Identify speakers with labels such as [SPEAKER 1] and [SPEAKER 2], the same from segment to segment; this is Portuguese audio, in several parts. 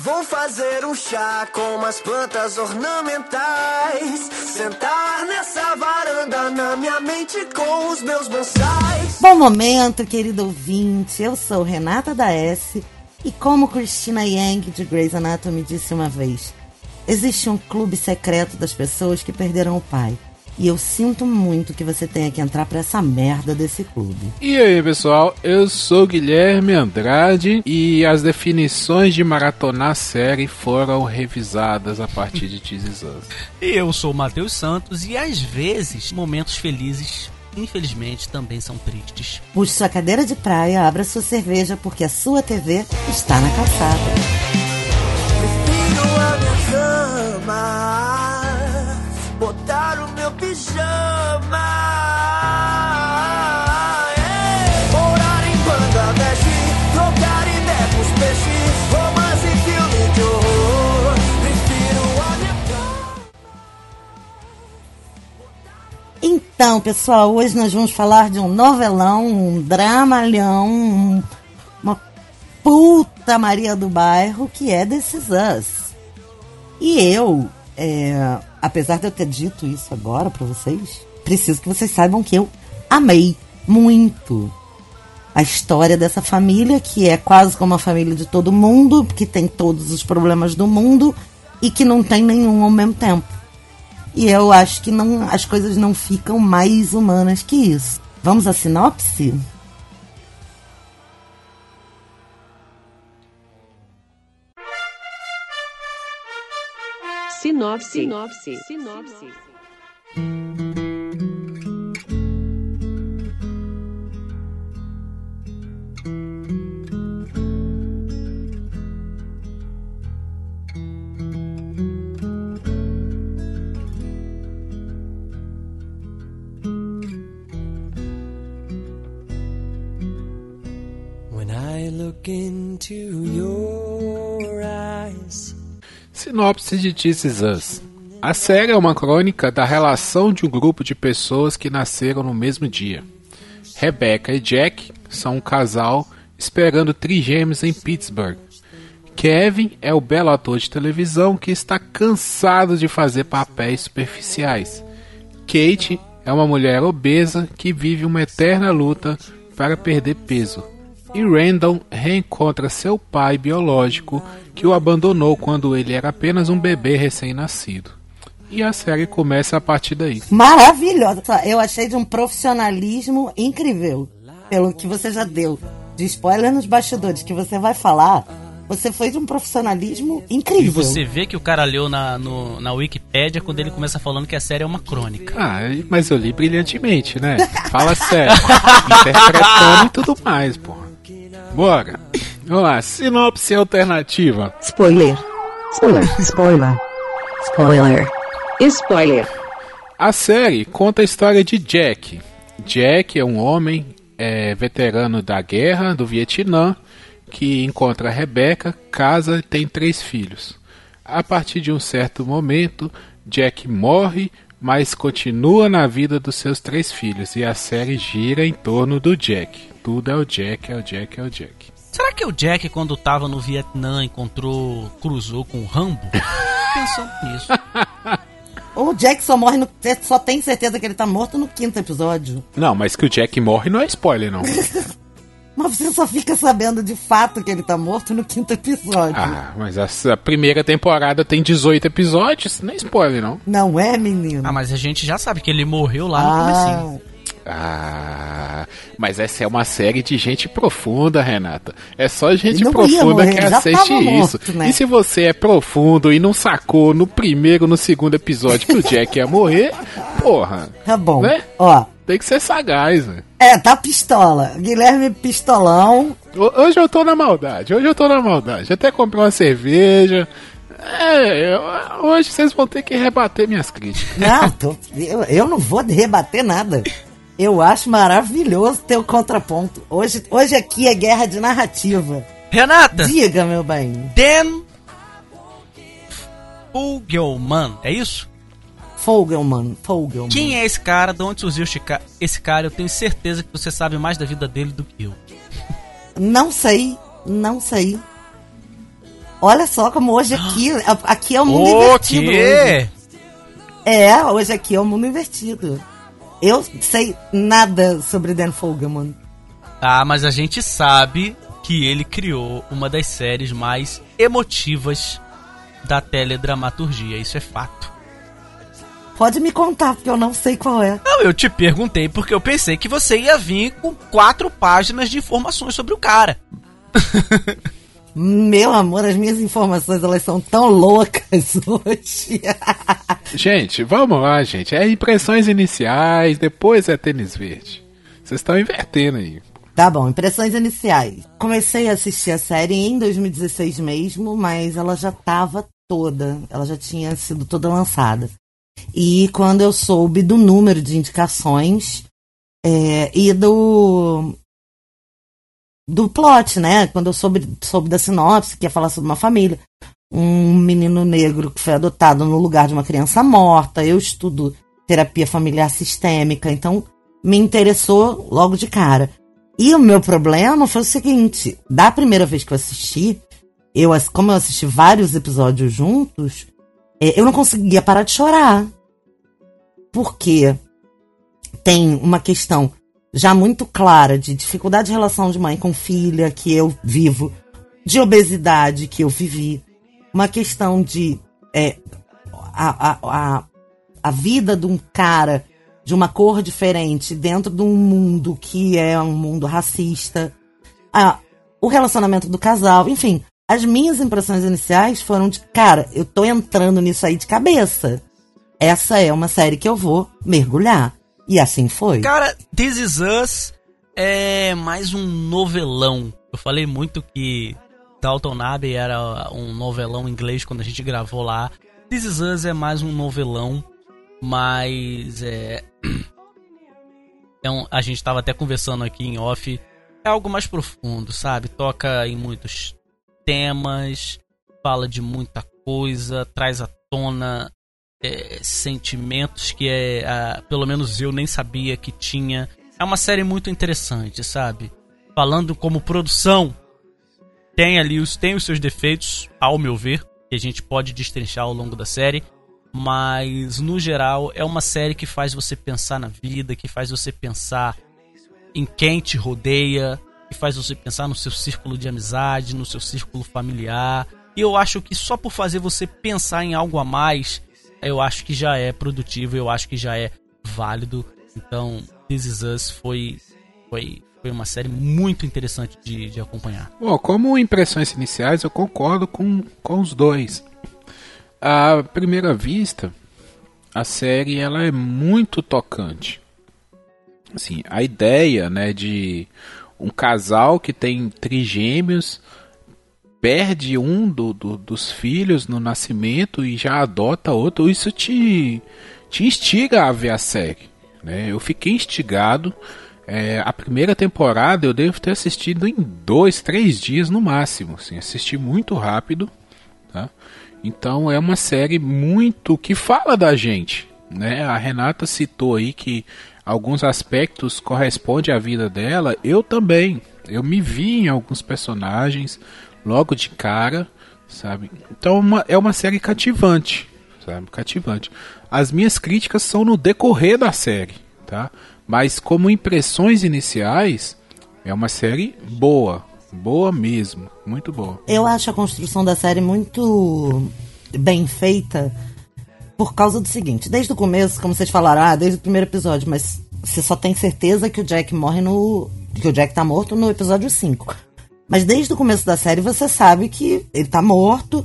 [SPEAKER 1] Vou fazer um chá com umas plantas ornamentais. Sentar nessa varanda na minha mente com os meus bonsais.
[SPEAKER 2] Bom momento, querido ouvinte. Eu sou Renata da S. E como Christina Yang de Grey's Anatomy disse uma vez, existe um clube secreto das pessoas que perderam o pai. E eu sinto muito que você tenha que entrar pra essa merda desse clube.
[SPEAKER 3] E aí, pessoal, eu sou Guilherme Andrade e as definições de maratonar série foram revisadas a partir de This Is Us.
[SPEAKER 4] E eu sou o Matheus Santos e às vezes momentos felizes, infelizmente, também são tristes.
[SPEAKER 2] Puxe sua cadeira de praia, abra sua cerveja, porque a sua TV está na calçada.
[SPEAKER 1] Prefiro a minha cama, botar o meu pijama, morar em Bangladesh, trocar ideia com os peixes, romance e filme de horror. Prefiro a minha cama.
[SPEAKER 2] Então, pessoal, hoje nós vamos falar de um novelão, um dramalhão, uma puta Maria do bairro, que é This Is Us. E eu, apesar de eu ter dito isso agora pra vocês, preciso que vocês saibam que eu amei muito a história dessa família, que é quase como a família de todo mundo, que tem todos os problemas do mundo e que não tem nenhum ao mesmo tempo. E eu acho que as coisas não ficam mais humanas que isso. Vamos à sinopse?
[SPEAKER 5] Sinopse.
[SPEAKER 1] When I look into your eyes.
[SPEAKER 3] Sinopse de This Is Us. A série é uma crônica da relação de um grupo de pessoas que nasceram no mesmo dia. Rebecca e Jack são um casal esperando trigêmeos em Pittsburgh. Kevin é o belo ator de televisão que está cansado de fazer papéis superficiais. Kate é uma mulher obesa que vive uma eterna luta para perder peso. E Randall reencontra seu pai biológico que o abandonou quando ele era apenas um bebê recém-nascido. E a série começa a partir daí.
[SPEAKER 2] Maravilhosa! Eu achei de um profissionalismo incrível. Pelo que você já deu de spoiler nos bastidores que você vai falar, você foi de um profissionalismo incrível.
[SPEAKER 4] E você vê que o cara leu na Wikipédia quando ele começa falando que a série é uma crônica.
[SPEAKER 3] Ah, mas eu li brilhantemente, né? Fala sério. Interpretando e tudo mais, porra. Bora. Vamos lá, sinopse alternativa.
[SPEAKER 5] Spoiler.
[SPEAKER 3] A série conta a história de Jack. Jack é um homem veterano da guerra do Vietnã que encontra a Rebecca, casa e tem 3 filhos. A partir de um certo momento, Jack morre, mas continua na vida dos seus 3 filhos e a série gira em torno do Jack. Tudo é o Jack.
[SPEAKER 4] Será que o Jack, quando tava no Vietnã, cruzou com o Rambo? Pensando nisso.
[SPEAKER 2] O Jack só tem certeza que ele tá morto no 5º episódio.
[SPEAKER 3] Não, mas que o Jack morre não é spoiler, não.
[SPEAKER 2] Mas você só fica sabendo de fato que ele tá morto no 5º episódio.
[SPEAKER 3] Ah, mas a primeira temporada tem 18 episódios, não é spoiler, não.
[SPEAKER 2] Não é, menino?
[SPEAKER 4] Ah, mas a gente já sabe que ele morreu lá no comecinho.
[SPEAKER 3] Ah, mas essa é uma série de gente profunda, Renata. É só gente
[SPEAKER 2] não
[SPEAKER 3] profunda
[SPEAKER 2] morrer,
[SPEAKER 3] que
[SPEAKER 2] já
[SPEAKER 3] assiste
[SPEAKER 2] tava
[SPEAKER 3] isso.
[SPEAKER 2] Morto, né?
[SPEAKER 3] E se você é profundo e não sacou no primeiro, no segundo episódio que o Jack ia morrer, porra.
[SPEAKER 2] Tá bom.
[SPEAKER 3] Né?
[SPEAKER 2] Ó.
[SPEAKER 3] Tem que ser sagaz, né?
[SPEAKER 2] Tá pistola. Guilherme Pistolão.
[SPEAKER 3] Hoje eu tô na maldade. Até comprei uma cerveja. Hoje vocês vão ter que rebater minhas críticas.
[SPEAKER 2] Não, eu não vou rebater nada. Eu acho maravilhoso ter o contraponto. Hoje aqui é guerra de narrativa.
[SPEAKER 4] Renata!
[SPEAKER 2] Diga, meu bem.
[SPEAKER 4] Dan Fogelman, é isso?
[SPEAKER 2] Fogelman.
[SPEAKER 4] Quem é esse cara? De onde surgiu esse cara? Eu tenho certeza que você sabe mais da vida dele do que eu.
[SPEAKER 2] Não sei. Olha só como hoje aqui é o mundo invertido.
[SPEAKER 4] Quê?
[SPEAKER 2] Hoje aqui é o mundo invertido. Eu sei nada sobre Dan Fogelman.
[SPEAKER 4] Ah, mas a gente sabe que ele criou uma das séries mais emotivas da teledramaturgia. Isso é fato.
[SPEAKER 2] Pode me contar, porque eu não sei qual é.
[SPEAKER 4] Não, eu te perguntei porque eu pensei que você ia vir com 4 páginas de informações sobre o cara.
[SPEAKER 2] Meu amor, as minhas informações, elas são tão loucas hoje.
[SPEAKER 3] Gente, vamos lá, gente. É impressões iniciais, depois é tênis verde. Vocês estão invertendo aí.
[SPEAKER 2] Tá bom, impressões iniciais. Comecei a assistir a série em 2016 mesmo, mas ela já tava toda. Ela já tinha sido toda lançada. E quando eu soube do número de indicações e do plot, né? Quando eu soube da sinopse, que ia falar sobre uma família. Um menino negro que foi adotado no lugar de uma criança morta. Eu estudo terapia familiar sistêmica, então me interessou logo de cara. E o meu problema foi o seguinte: da primeira vez que eu assisti, como eu assisti vários episódios juntos, eu não conseguia parar de chorar. Porque tem uma questão já muito clara de dificuldade de relação de mãe com filha, que eu vivo, de obesidade, que eu vivi, uma questão de a vida de um cara de uma cor diferente dentro de um mundo que é um mundo racista, o relacionamento do casal, enfim. As minhas impressões iniciais foram de, cara, eu tô entrando nisso aí de cabeça. Essa é uma série que eu vou mergulhar. E assim foi.
[SPEAKER 4] Cara, This Is Us é mais um novelão. Eu falei muito que Downton Abbey era um novelão inglês quando a gente gravou lá. This Is Us é mais um novelão, mas a gente tava até conversando aqui em off. É algo mais profundo, sabe? Toca em muitos temas, fala de muita coisa, traz à tona sentimentos que pelo menos eu nem sabia que tinha. É uma série muito interessante, sabe? Falando como produção, tem os seus defeitos, ao meu ver, que a gente pode destrinchar ao longo da série, mas no geral é uma série que faz você pensar na vida, que faz você pensar em quem te rodeia, que faz você pensar no seu círculo de amizade, no seu círculo familiar. E eu acho que só por fazer você pensar em algo a mais, eu acho que já é produtivo, eu acho que já é válido. Então, This Is Us foi uma série muito interessante de acompanhar.
[SPEAKER 3] Bom, como impressões iniciais, eu concordo com os dois. À primeira vista, a série ela é muito tocante. Assim, a ideia, né, de um casal que tem trigêmeos perde um dos filhos no nascimento e já adota outro, isso te instiga a ver a série, né? Eu fiquei instigado. A primeira temporada eu devo ter assistido em 2-3 dias no máximo, assim, assisti muito rápido, tá? Então é uma série muito que fala da gente, né? A Renata citou aí que alguns aspectos correspondem à vida dela. Eu também, eu me vi em alguns personagens logo de cara, sabe? Então é uma série cativante, sabe? Cativante. As minhas críticas são no decorrer da série, tá? Mas como impressões iniciais, é uma série boa mesmo, muito boa.
[SPEAKER 2] Eu acho a construção da série muito bem feita por causa do seguinte: desde o começo, como vocês falaram, desde o primeiro episódio, mas você só tem certeza que o Jack que o Jack tá morto no episódio 5. Mas desde o começo da série você sabe que ele tá morto.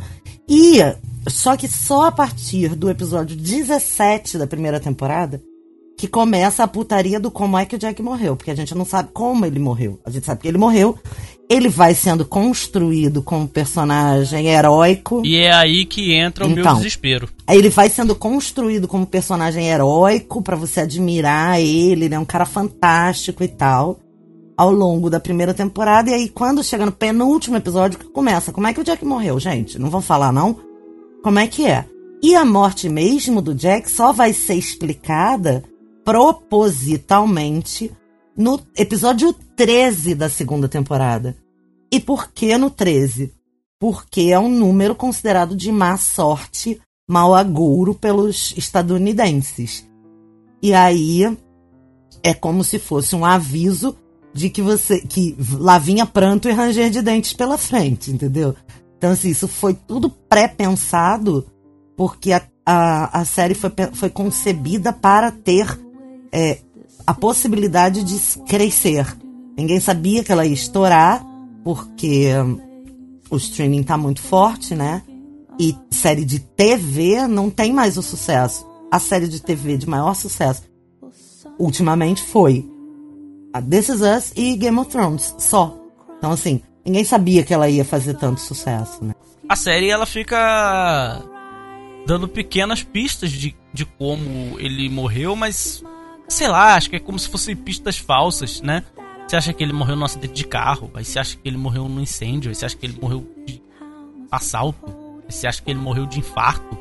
[SPEAKER 2] Só que só a partir do episódio 17 da primeira temporada que começa a putaria do como é que o Jack morreu. Porque a gente não sabe como ele morreu. A gente sabe que ele morreu. Ele vai sendo construído como personagem heróico.
[SPEAKER 4] E é aí que entra o meu desespero.
[SPEAKER 2] Aí ele vai sendo construído como personagem heróico pra você admirar ele. Ele é um cara fantástico e tal, ao longo da primeira temporada. E aí quando chega no penúltimo episódio que começa, como é que o Jack morreu, gente? Não vão falar, não? Como é que é? E a morte mesmo do Jack só vai ser explicada propositalmente no episódio 13 da segunda temporada. E por que no 13? porque é um número considerado de má sorte, mau agouro pelos estadunidenses. E aí é como se fosse um aviso de que lá vinha pranto e ranger de dentes pela frente, entendeu? Então, assim, isso foi tudo pré-pensado, porque a série foi concebida para ter a possibilidade de crescer. Ninguém sabia que ela ia estourar, porque o streaming tá muito forte, né? E série de TV não tem mais o sucesso. A série de TV de maior sucesso ultimamente foi a This Is Us e Game of Thrones, só. Então, assim, ninguém sabia que ela ia fazer tanto sucesso, né?
[SPEAKER 4] A série, ela fica dando pequenas pistas de como ele morreu, mas, sei lá, acho que é como se fossem pistas falsas, né? Você acha que ele morreu num acidente de carro, aí você acha que ele morreu num incêndio, aí você acha que ele morreu de assalto, aí você acha que ele morreu de infarto.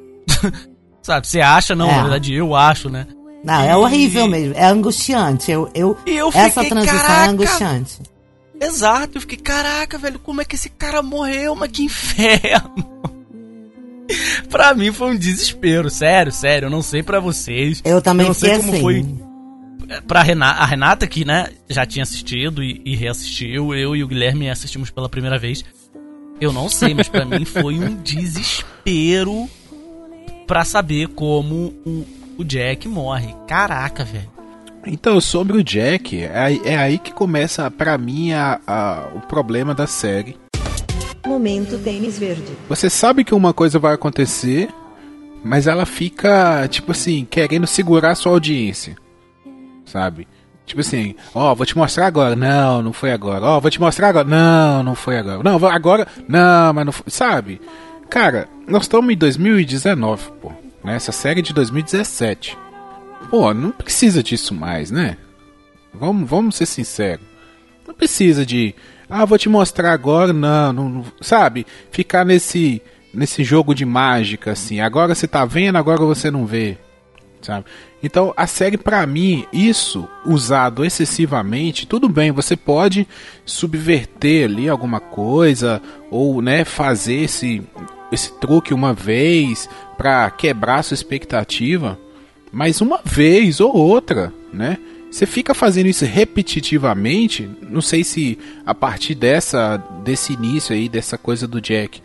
[SPEAKER 4] Sabe, você acha, não, na verdade eu acho, né?
[SPEAKER 2] Não, é horrível mesmo, é angustiante. Essa transição é angustiante.
[SPEAKER 4] Exato, eu fiquei, caraca, velho, como é que esse cara morreu? Mas que inferno! Pra mim foi um desespero, sério, eu não sei pra vocês.
[SPEAKER 2] Eu também
[SPEAKER 4] não sei
[SPEAKER 2] como
[SPEAKER 4] assim. Foi pra a Renata, que, né, já tinha assistido e reassistiu, eu e o Guilherme assistimos pela primeira vez. Eu não sei, mas pra mim foi um desespero pra saber como o Jack morre. Caraca, velho.
[SPEAKER 3] Então, sobre o Jack, é aí que começa, pra mim, o problema da série.
[SPEAKER 5] Momento tênis verde.
[SPEAKER 3] Você sabe que uma coisa vai acontecer, mas ela fica, tipo assim, querendo segurar a sua audiência. Sabe? Tipo assim, vou te mostrar agora. Não, não foi agora. Vou te mostrar agora. Não, não foi agora. Não, agora. Não, mas não foi. Sabe? Cara, nós estamos em 2019, pô. Né? Essa série é de 2017. Pô, não precisa disso mais, né? Vamos ser sinceros. Não precisa de... vou te mostrar agora. Não, sabe? Ficar nesse jogo de mágica, assim. Agora você tá vendo, agora você não vê. Sabe? Então, a série, pra mim, isso usado excessivamente, tudo bem, você pode subverter ali alguma coisa, ou, né, fazer esse truque uma vez pra quebrar sua expectativa, mas uma vez ou outra, né? Você fica fazendo isso repetitivamente, não sei se a partir desse início aí, dessa coisa do Jack,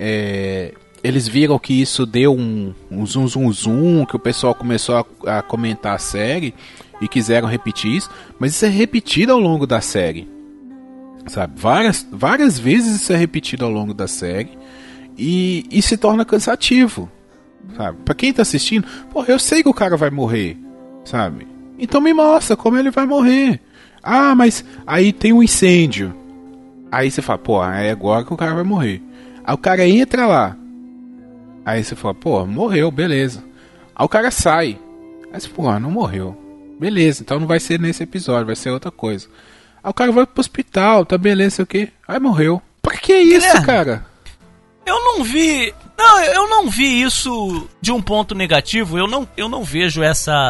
[SPEAKER 3] eles viram que isso deu um zoom, que o pessoal começou a comentar a série e quiseram repetir isso, mas isso é repetido ao longo da série, sabe? Várias vezes isso é repetido ao longo da série e se torna cansativo, sabe? Pra quem tá assistindo, eu sei que o cara vai morrer, sabe? Então me mostra como ele vai morrer. Mas aí tem um incêndio. Aí você fala, é agora que o cara vai morrer. Aí o cara entra lá. Aí você fala, morreu, beleza. Aí o cara sai. Aí você fala, não morreu. Beleza, então não vai ser nesse episódio, vai ser outra coisa. Aí o cara vai pro hospital, tá beleza, sei o quê. Aí morreu. Pra que isso, Guilherme, cara?
[SPEAKER 4] Eu não vi... Não, eu não vi isso de um ponto negativo. Eu não vejo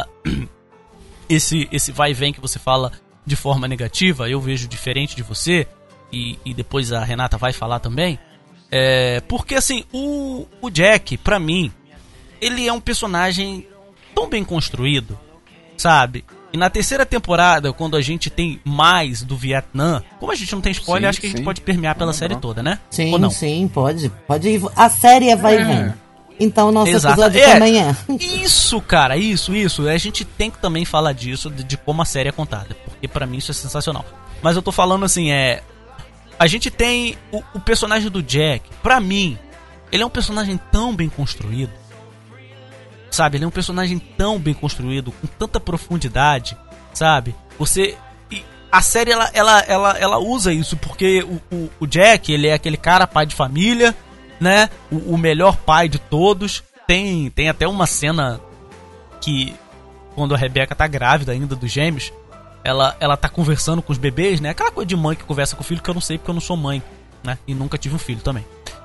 [SPEAKER 4] esse vai e vem que você fala de forma negativa. Eu vejo diferente de você. E depois a Renata vai falar também. Porque assim, o Jack, pra mim, ele é um personagem tão bem construído, sabe? E na terceira temporada, quando a gente tem mais do Vietnã, como a gente não tem spoiler, acho que a gente pode permear pela série toda, né?
[SPEAKER 2] Sim, sim, pode ir. A série vai e vem. Então o nosso episódio também é.
[SPEAKER 4] Isso, cara, isso. A gente tem que também falar disso, de como a série é contada, porque pra mim isso é sensacional. Mas eu tô falando assim, a gente tem o personagem do Jack. Pra mim, ele é um personagem tão bem construído, sabe? Ele é um personagem tão bem construído, com tanta profundidade, sabe? A série, ela usa isso, porque o Jack, ele é aquele cara, pai de família, né? O melhor pai de todos. Tem até uma cena que, quando a Rebecca tá grávida ainda dos gêmeos, ela tá conversando com os bebês, né? Aquela coisa de mãe que conversa com o filho, que eu não sei porque eu não sou mãe, né? E nunca tive um filho também.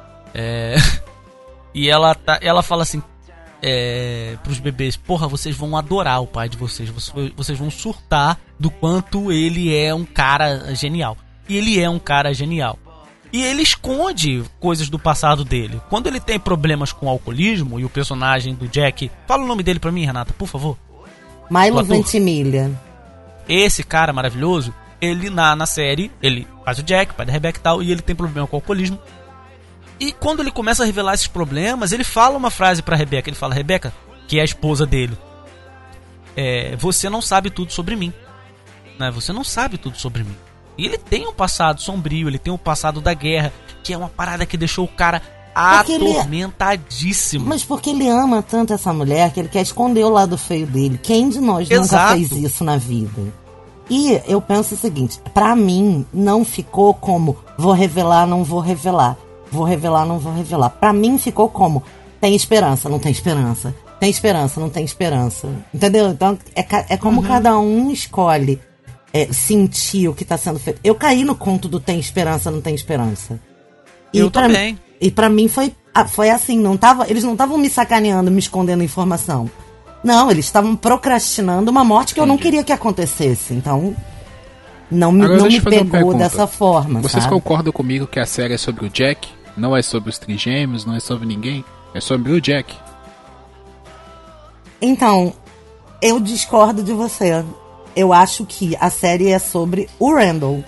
[SPEAKER 4] E ela fala assim pros bebês, vocês vão adorar o pai de vocês. Vocês vão surtar do quanto ele é um cara genial. E ele é um cara genial. E ele esconde coisas do passado dele. Quando ele tem problemas com o alcoolismo, e o personagem do Jack... Fala o nome dele pra mim, Renata, por favor.
[SPEAKER 2] Milo Ventimiglia.
[SPEAKER 4] Esse cara maravilhoso, ele na série, ele faz o Jack, pai da Rebecca e tal, e ele tem problema com o alcoolismo. E quando ele começa a revelar esses problemas, ele fala uma frase pra Rebecca. Ele fala, Rebecca, que é a esposa dele, você não sabe tudo sobre mim, né? Você não sabe tudo sobre mim. E ele tem um passado sombrio, ele tem um passado da guerra, que é uma parada que deixou o cara atormentadíssimo.
[SPEAKER 2] Mas porque ele ama tanto essa mulher que ele quer esconder o lado feio dele. Quem de nós nunca fez isso na vida? E eu penso o seguinte, pra mim não ficou como vou revelar, não vou revelar. Vou revelar, não vou revelar. Pra mim ficou como tem esperança, não tem esperança. Tem esperança, não tem esperança. Entendeu? Então é como cada um escolhe sentir o que tá sendo feito. Eu caí no conto do tem esperança, não tem esperança.
[SPEAKER 4] Eu também.
[SPEAKER 2] E pra mim foi assim, eles não estavam me sacaneando, me escondendo informação. Não, eles estavam procrastinando uma morte que eu não queria que acontecesse. Então, não me pegou dessa forma.
[SPEAKER 3] Vocês
[SPEAKER 2] sabe?
[SPEAKER 3] concordam comigo que a série é sobre o Jack? Não é sobre os trigêmeos, não é sobre ninguém? É sobre o Jack.
[SPEAKER 2] Então, eu discordo de você. Eu acho que a série é sobre o Randall.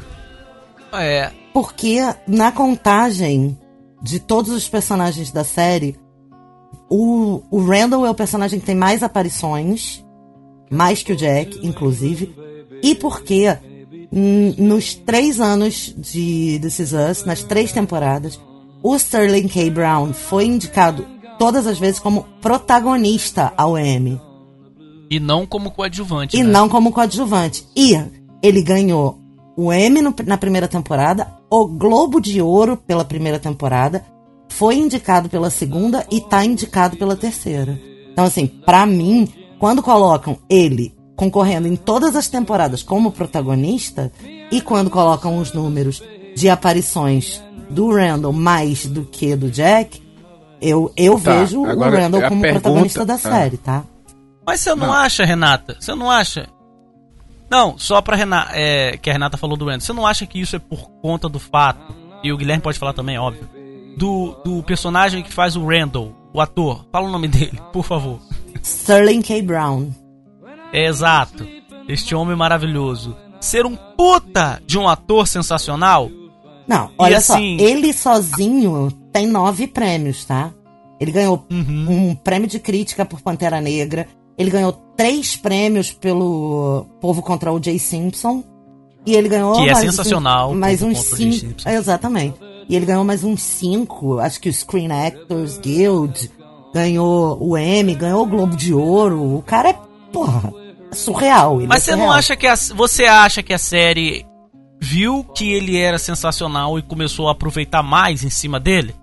[SPEAKER 2] Porque na contagem de todos os personagens da série, o Randall é o personagem que tem mais aparições, mais que o Jack, inclusive. E porque nos 3 anos de This Is Us, nas 3 temporadas, o Sterling K. Brown foi indicado todas as vezes como protagonista ao Emmy.
[SPEAKER 4] E não como coadjuvante.
[SPEAKER 2] E não como coadjuvante. E ele ganhou o Emmy na primeira temporada, o Globo de Ouro pela primeira temporada, foi indicado pela segunda e tá indicado pela terceira. Então, assim, pra mim, quando colocam ele concorrendo em todas as temporadas como protagonista, e quando colocam os números de aparições do Randall mais do que do Jack, eu vejo o Randall como protagonista da série, tá?
[SPEAKER 4] Mas você não acha, Renata? Você não acha? Não, só pra Renata, que a Renata falou do Randall. Você não acha que isso é por conta do fato, e o Guilherme pode falar também, óbvio, do personagem que faz o Randall, o ator? Fala o nome dele, por favor.
[SPEAKER 2] Sterling K. Brown.
[SPEAKER 4] Exato. Este homem maravilhoso. Ser um puta de um ator sensacional.
[SPEAKER 2] Não, olha só, ele sozinho tem 9 prêmios, tá? Ele ganhou um prêmio de crítica por Pantera Negra. Ele ganhou 3 prêmios pelo Povo contra o Jay Simpson. E ele ganhou
[SPEAKER 4] que é sensacional.
[SPEAKER 2] Mais uns 5. Exatamente. E ele ganhou mais uns 5. Acho que o Screen Actors Guild ganhou o Emmy, ganhou o Globo de Ouro. O cara é, porra, surreal.
[SPEAKER 4] Mas você não acha que você acha que a série viu que ele era sensacional e começou a aproveitar mais em cima dele?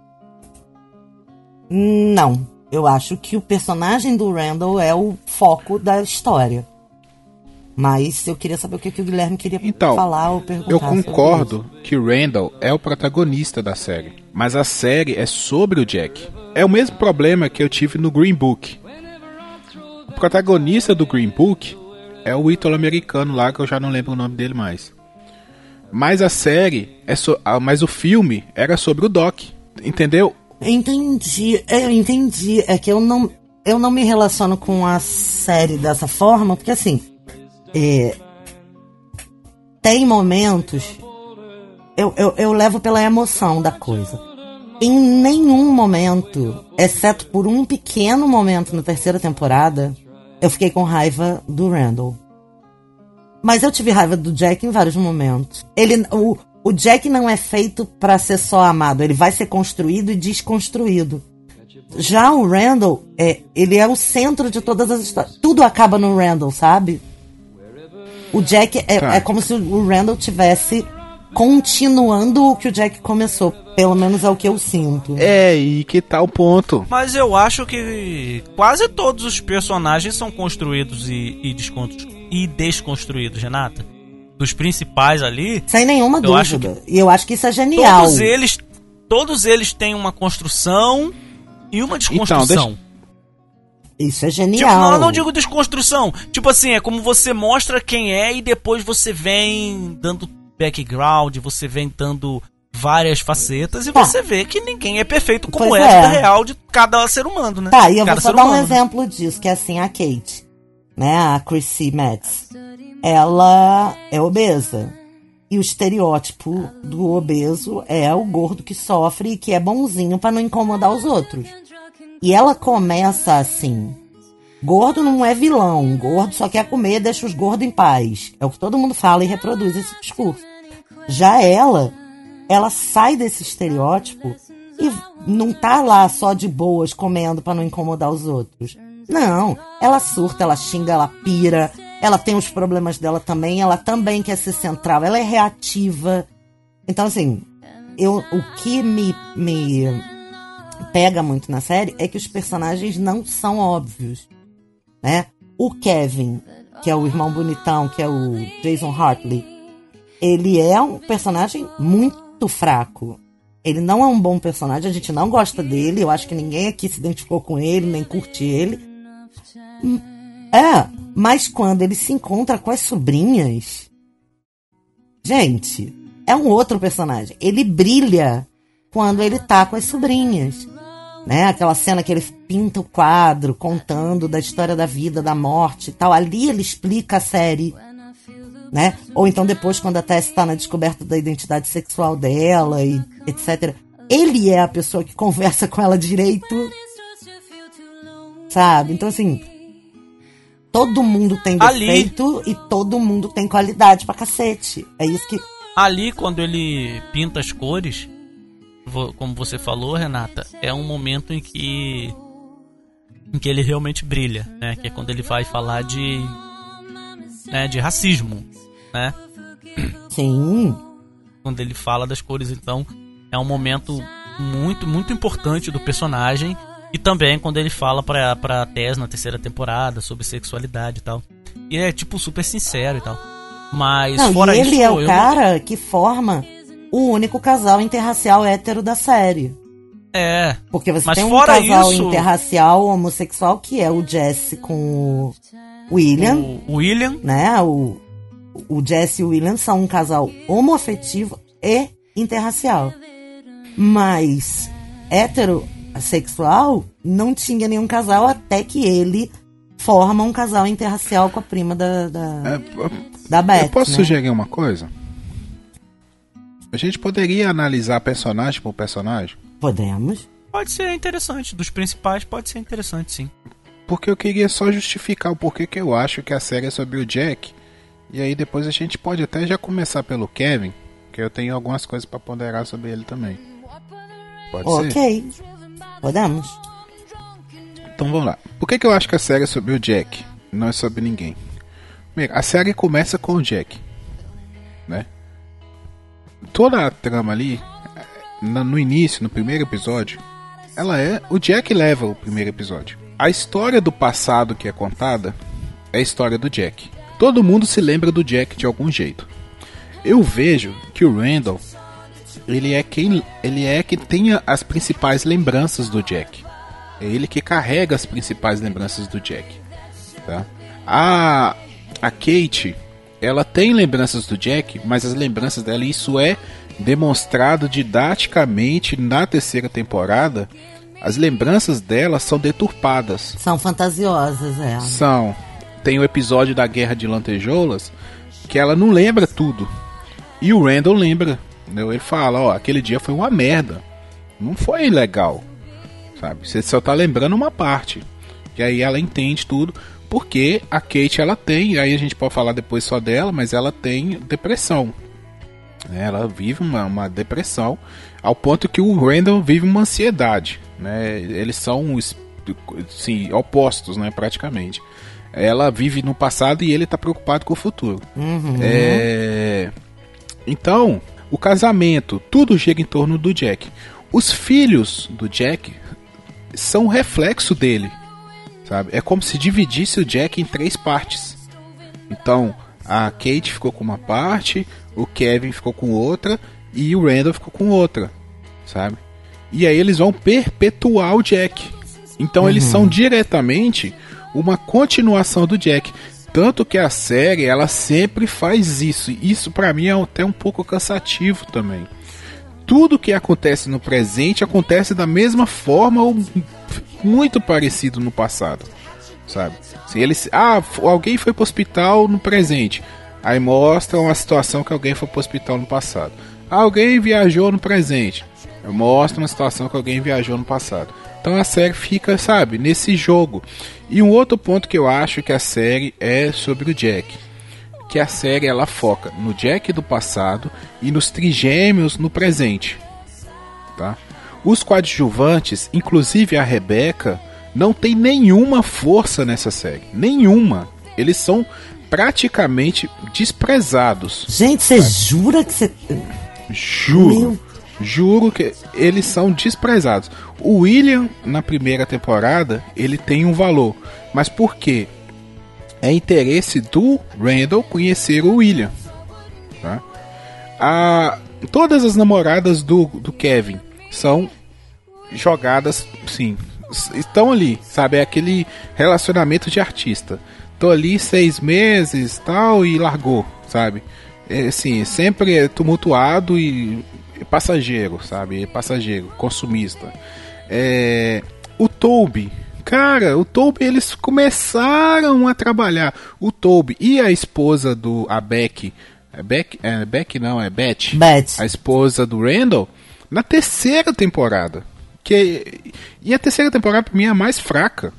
[SPEAKER 2] Não. Eu acho que o personagem do Randall é o foco da história. Mas eu queria saber o que o Guilherme queria falar ou perguntar.
[SPEAKER 3] Eu concordo que o Randall é o protagonista da série, mas a série é sobre o Jack. É o mesmo problema que eu tive no Green Book. O protagonista do Green Book é o italo-americano lá, que eu já não lembro o nome dele mais. Mas a série, mas o filme era sobre o Doc, entendeu?
[SPEAKER 2] Entendi. É que eu não me relaciono com a série dessa forma, porque assim, tem momentos, eu levo pela emoção da coisa. Em nenhum momento, exceto por um pequeno momento na terceira temporada, eu fiquei com raiva do Randall. Mas eu tive raiva do Jack em vários momentos. O Jack não é feito pra ser só amado, ele vai ser construído e desconstruído. Já o Randall, ele é o centro de todas as histórias. Tudo acaba no Randall, sabe? O Jack é como se o Randall tivesse continuando o que o Jack começou. Pelo menos é o que eu sinto.
[SPEAKER 3] E que tá o ponto.
[SPEAKER 4] Mas eu acho que quase todos os personagens são construídos e desconstruídos, Renata. Dos principais ali.
[SPEAKER 2] Sem nenhuma dúvida. E eu acho que isso é genial.
[SPEAKER 4] Todos eles têm uma construção e uma desconstrução.
[SPEAKER 2] Então, isso é genial.
[SPEAKER 4] Tipo, não digo desconstrução. Tipo assim, é como você mostra quem é e depois você vem dando background, você vem dando várias facetas e
[SPEAKER 2] Tá.
[SPEAKER 4] você vê que ninguém é perfeito como
[SPEAKER 2] Pois
[SPEAKER 4] é a vida
[SPEAKER 2] é.
[SPEAKER 4] real de cada ser humano, né?
[SPEAKER 2] Tá, e eu
[SPEAKER 4] Cada
[SPEAKER 2] vou só
[SPEAKER 4] ser
[SPEAKER 2] dar um
[SPEAKER 4] humano, né?
[SPEAKER 2] exemplo disso, que é assim, a Kate, né, a Chrissy Metz, ela é obesa. E o estereótipo do obeso é o gordo que sofre e que é bonzinho pra não incomodar os outros. E ela começa assim: gordo não é vilão, gordo só quer comer, deixa os gordos em paz. É o que todo mundo fala e reproduz esse discurso. Já ela sai desse estereótipo e não tá lá só de boas comendo pra não incomodar os outros. Não, ela surta, ela xinga, ela pira, ela tem os problemas dela também, ela também quer ser central, ela é reativa. Então, assim, o que me pega muito na série é que os personagens não são óbvios, né? O Kevin, que é o irmão bonitão, que é o Jason Hartley, ele é um personagem muito fraco. Ele não é um bom personagem, a gente não gosta dele, eu acho que ninguém aqui se identificou com ele, nem curte ele. Mas quando ele se encontra com as sobrinhas, gente, é um outro personagem. Ele brilha quando ele tá com as sobrinhas, né? Aquela cena que ele pinta o quadro contando da história da vida, da morte e tal. Ali ele explica a série, né? Ou então depois, quando a Tess tá na descoberta da identidade sexual dela e etc. Ele é a pessoa que conversa com ela direito, sabe? Então, assim, todo mundo tem defeito e todo mundo tem qualidade pra cacete. É isso que...
[SPEAKER 4] Ali, quando ele pinta as cores, como você falou, Renata, é um momento em que ele realmente brilha, né? Que é quando ele vai falar de racismo, né?
[SPEAKER 2] Sim.
[SPEAKER 4] Quando ele fala das cores, então, é um momento muito, muito importante do personagem. E também quando ele fala pra Tess na terceira temporada sobre sexualidade e tal. E é, tipo, super sincero e tal. Mas,
[SPEAKER 2] não,
[SPEAKER 4] fora
[SPEAKER 2] e ele
[SPEAKER 4] isso...
[SPEAKER 2] é o cara que forma o único casal interracial hétero da série.
[SPEAKER 4] É.
[SPEAKER 2] Porque você
[SPEAKER 4] mas
[SPEAKER 2] tem um
[SPEAKER 4] fora
[SPEAKER 2] casal
[SPEAKER 4] isso,
[SPEAKER 2] interracial homossexual, que é o Jesse com o William.
[SPEAKER 4] O William.
[SPEAKER 2] Né? O Jesse e o William são um casal homoafetivo e interracial. Mas heterossexual não tinha nenhum casal até que ele forma um casal interracial com a prima da Beth.
[SPEAKER 3] Eu posso
[SPEAKER 2] né?
[SPEAKER 3] sugerir uma coisa? A gente poderia analisar personagem por personagem?
[SPEAKER 2] Podemos.
[SPEAKER 4] Pode ser interessante. Dos principais pode ser interessante, sim.
[SPEAKER 3] Porque eu queria só justificar o porquê que eu acho que a série é sobre o Jack. E aí depois a gente pode até já começar pelo Kevin, que eu tenho algumas coisas pra ponderar sobre ele também. Pode ser?
[SPEAKER 2] Ok. Podemos.
[SPEAKER 3] Então vamos lá. Por que eu acho que a série é sobre o Jack? Não é sobre ninguém. Primeiro, a série começa com o Jack, né? Toda a trama ali, no início, no primeiro episódio, o Jack leva o primeiro episódio. A história do passado que é contada é a história do Jack. Todo mundo se lembra do Jack de algum jeito. Eu vejo que o Randall, ele é quem tem as principais lembranças do Jack. É ele que carrega as principais lembranças do Jack, tá? A Kate, ela tem lembranças do Jack, mas as lembranças dela, isso é demonstrado didaticamente na terceira temporada. As lembranças dela são deturpadas.
[SPEAKER 2] São fantasiosas, é.
[SPEAKER 3] São. Tem o episódio da Guerra de Lantejoulas que ela não lembra tudo. E o Randall lembra. Ele fala, aquele dia foi uma merda. Não foi legal. Sabe? Você só tá lembrando uma parte. E aí ela entende tudo. Porque a Kate, ela tem, aí a gente pode falar depois só dela, mas ela tem depressão. Ela vive uma depressão, ao ponto que o Randall vive uma ansiedade, né? Eles são sim, opostos, né, praticamente. Ela vive no passado e ele está preocupado com o futuro. Então, o casamento, tudo gira em torno do Jack. Os filhos do Jack são um reflexo dele. Sabe? É como se dividisse o Jack em 3 partes. Então, a Kate ficou com uma parte, o Kevin ficou com outra e o Randall ficou com outra, sabe? E aí eles vão perpetuar o Jack. Então eles são diretamente uma continuação do Jack. Tanto que a série, ela sempre faz isso. Isso pra mim é até um pouco cansativo também. tudo que acontece no presente acontece da mesma forma ou muito parecido no passado, sabe? Se alguém foi pro hospital no presente, aí mostra uma situação que alguém foi pro hospital no passado. Alguém viajou no presente, mostra uma situação que alguém viajou no passado. Então a série fica, sabe, nesse jogo. E um outro ponto que eu acho que a série é sobre o Jack, que a série ela foca no Jack do passado e nos trigêmeos no presente, tá? Os coadjuvantes, inclusive a Rebecca, não tem nenhuma força nessa série, nenhuma. Eles são praticamente desprezados.
[SPEAKER 2] Gente, você jura que você...
[SPEAKER 3] Juro que eles são desprezados. O William, na primeira temporada, ele tem um valor. Mas por quê? É interesse do Randall conhecer o William, tá? Todas as namoradas do Kevin são jogadas, sim, estão ali, sabe? É aquele relacionamento de artista. Tô ali 6 meses, tal, e largou, sabe? É, assim, sempre é tumultuado e passageiro, sabe? Passageiro, consumista. O Toby, cara, eles começaram a trabalhar. O Toby e a esposa a Beck, Beck não, é Beth, a esposa do Randall, na terceira temporada. E a terceira temporada pra mim é a mais fraca.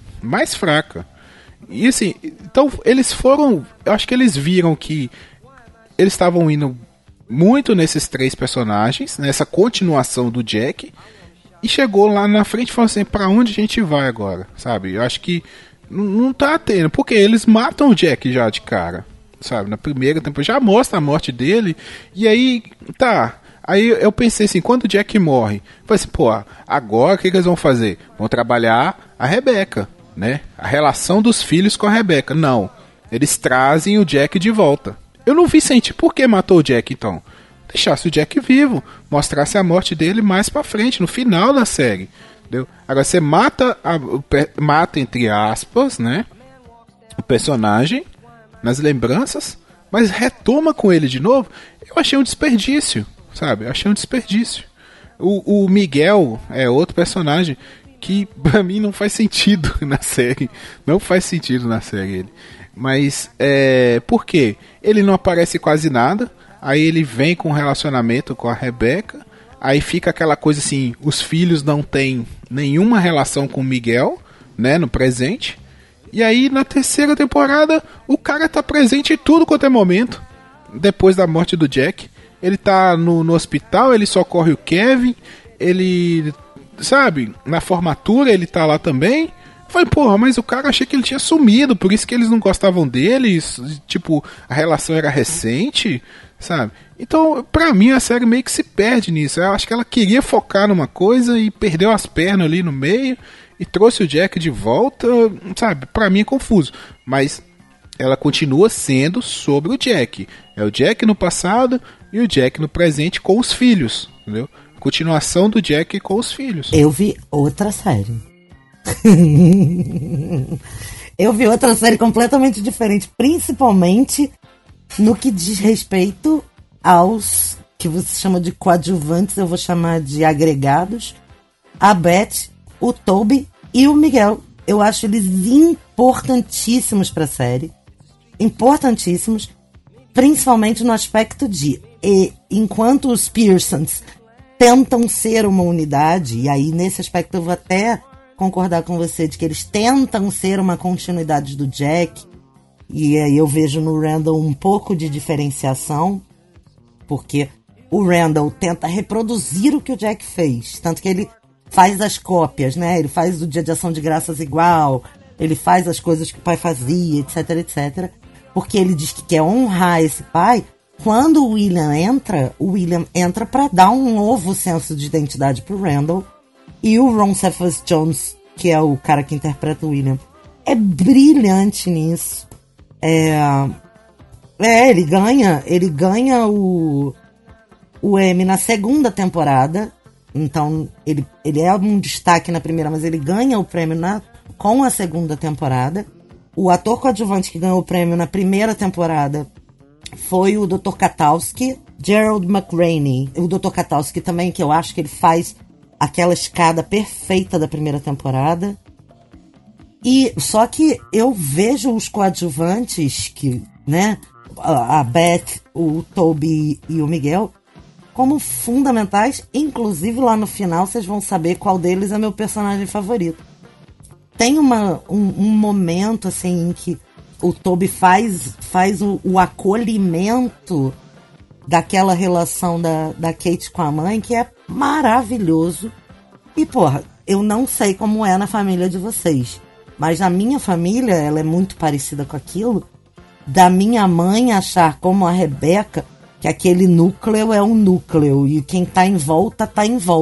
[SPEAKER 3] E assim, então eles foram, eu acho que eles viram que eles estavam indo muito nesses 3 personagens, nessa continuação do Jack, e chegou lá na frente e falou assim, pra onde a gente vai agora, sabe? Eu acho que não tá tendo, porque eles matam o Jack já de cara, sabe? Na primeira temporada já mostra a morte dele, e aí, tá... Aí eu pensei assim, quando o Jack morre, eu falei assim, pô, agora o que eles vão fazer? Vão trabalhar a Rebecca, né? A relação dos filhos com a Rebecca. Não, eles trazem o Jack de volta. Eu não vi sentido, por que matou o Jack então? Deixasse o Jack vivo, mostrasse a morte dele mais pra frente, no final da série, entendeu? Agora você mata entre aspas, né, o personagem nas lembranças, mas retoma com ele de novo. Eu achei um desperdício, sabe? Eu achei um desperdício. O Miguel é outro personagem que pra mim não faz sentido na série. Não faz sentido na série ele. Mas por quê? Ele não aparece quase nada. Aí ele vem com um relacionamento com a Rebecca. Aí fica aquela coisa assim, os filhos não têm nenhuma relação com o Miguel, né, no presente. E aí na terceira temporada o cara tá presente em tudo quanto é momento. Depois da morte do Jack, ele tá no hospital, ele socorre o Kevin, ele, sabe, na formatura ele tá lá também. Falei, porra, mas o cara, achei que ele tinha sumido, por isso que eles não gostavam dele, tipo, a relação era recente, sabe? Então, pra mim, a série meio que se perde nisso. Eu acho que ela queria focar numa coisa e perdeu as pernas ali no meio e trouxe o Jack de volta, sabe? Pra mim é confuso, mas ela continua sendo sobre o Jack. É o Jack no passado e o Jack no presente com os filhos, entendeu? Continuação do Jack com os filhos.
[SPEAKER 2] Eu vi outra série. Eu vi outra série completamente diferente, principalmente no que diz respeito aos que você chama de coadjuvantes, eu vou chamar de agregados, a Beth, o Toby e o Miguel. Eu acho eles importantíssimos pra série, importantíssimos, principalmente no aspecto de, enquanto os Pearsons tentam ser uma unidade, e aí nesse aspecto eu vou até concordar com você, de que eles tentam ser uma continuidade do Jack, e aí eu vejo no Randall um pouco de diferenciação, porque o Randall tenta reproduzir o que o Jack fez, tanto que ele faz as cópias, né? Ele faz o Dia de Ação de Graças igual, ele faz as coisas que o pai fazia, etc, etc, porque ele diz que quer honrar esse pai. Quando o William entra para dar um novo senso de identidade pro Randall. E o Ron Cephas Jones, que é o cara que interpreta o William, é brilhante nisso. Ele ganha o Emmy na segunda temporada. Então, ele é um destaque na primeira, mas ele ganha o prêmio com a segunda temporada. O ator coadjuvante que ganhou o prêmio na primeira temporada foi o Dr. Katowski, Gerald McRaney, o Dr. Katowski também, que eu acho que ele faz aquela escada perfeita da primeira temporada. E só que eu vejo os coadjuvantes, que, né, a Beth, o Toby e o Miguel, como fundamentais. Inclusive lá no final vocês vão saber qual deles é meu personagem favorito. Tem um momento assim em que o Toby faz o acolhimento daquela relação da Kate com a mãe, que é maravilhoso. E, porra, eu não sei como é na família de vocês, mas na minha família, ela é muito parecida com aquilo, da minha mãe achar, como a Rebeca, que aquele núcleo é um núcleo, e quem tá em volta.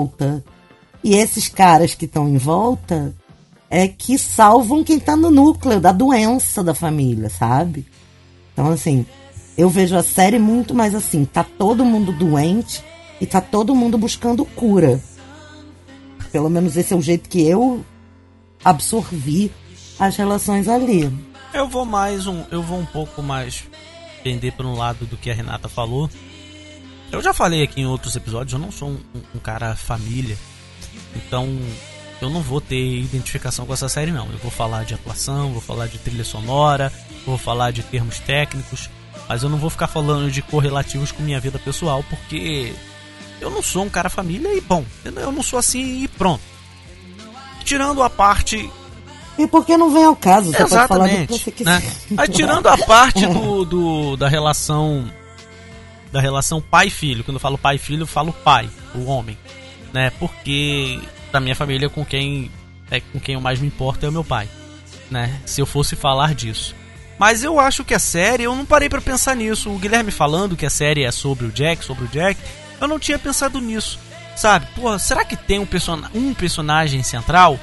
[SPEAKER 2] E esses caras que estão em volta é que salvam quem tá no núcleo da doença da família, sabe? Então, assim, eu vejo a série muito mais assim, tá todo mundo doente e tá todo mundo buscando cura. Pelo menos esse é o jeito que eu absorvi as relações ali.
[SPEAKER 4] Eu vou um pouco mais entender por um lado do que a Renata falou. Eu já falei aqui em outros episódios, eu não sou um cara família, então eu não vou ter identificação com essa série, não. Eu vou falar de atuação, vou falar de trilha sonora, vou falar de termos técnicos, mas eu não vou ficar falando de correlativos com minha vida pessoal, porque eu não sou um cara família e, bom, eu não sou assim e pronto. Tirando a parte...
[SPEAKER 2] E porque não vem ao caso, você
[SPEAKER 4] exatamente,
[SPEAKER 2] pode falar do que você quiser.
[SPEAKER 4] Né? Mas tirando a parte da relação pai e filho, quando eu falo pai e filho, eu falo pai, o homem, né? Porque da minha família, com quem eu mais me importo é o meu pai, né? Se eu fosse falar disso. Mas eu acho que a série, eu não parei pra pensar nisso. O Guilherme falando que a série é sobre o Jack, eu não tinha pensado nisso, sabe? Pô, será que tem um personagem central?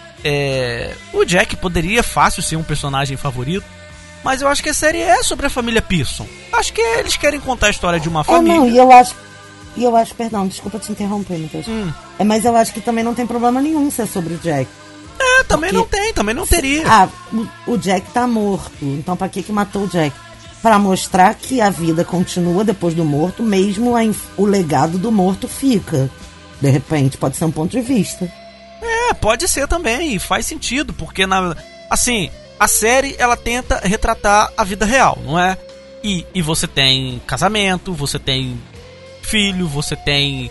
[SPEAKER 4] O Jack poderia fácil ser um personagem favorito, mas eu acho que a série é sobre a família Pearson. Acho que eles querem contar a história de uma família.
[SPEAKER 2] Não, e eu acho, perdão, desculpa te interromper, Matheus. Mas eu acho que também não tem problema nenhum ser sobre o Jack.
[SPEAKER 4] Também não teria.
[SPEAKER 2] O Jack tá morto, então pra que matou o Jack? Pra mostrar que a vida continua depois do morto, mesmo o legado do morto fica. De repente, pode ser um ponto de vista.
[SPEAKER 4] Pode ser também, e faz sentido, porque assim, a série ela tenta retratar a vida real, não é? E você tem casamento, você tem filho, você tem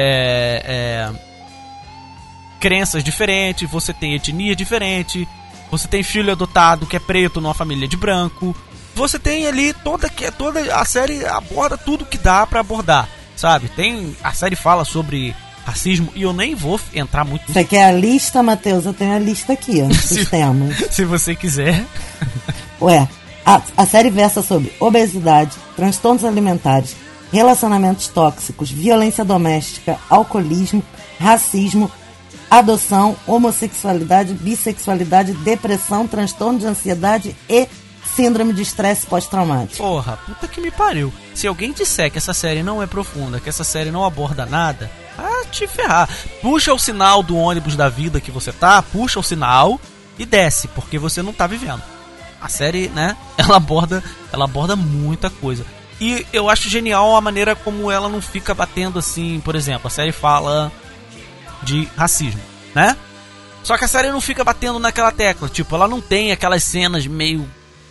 [SPEAKER 4] crenças diferentes, você tem etnia diferente, você tem filho adotado que é preto numa família de branco, você tem ali toda a série aborda tudo que dá pra abordar, sabe? A série fala sobre racismo, e eu nem vou entrar muito...
[SPEAKER 2] Você quer a lista, Matheus? Eu tenho a lista aqui, ó, no sistema.
[SPEAKER 4] Se você quiser.
[SPEAKER 2] A série versa sobre obesidade, transtornos alimentares, relacionamentos tóxicos, violência doméstica, alcoolismo, racismo, adoção, homossexualidade, bissexualidade, depressão, transtorno de ansiedade e síndrome de estresse pós-traumático.
[SPEAKER 4] Porra, puta que me pariu. Se alguém disser que essa série não é profunda, que essa série não aborda nada, te ferrar. Puxa o sinal do ônibus da vida que você tá, puxa o sinal e desce, porque você não tá vivendo. A série, né, ela aborda muita coisa. E eu acho genial a maneira como ela não fica batendo assim, por exemplo, a série fala de racismo, né? Só que a série não fica batendo naquela tecla, tipo, ela não tem aquelas cenas meio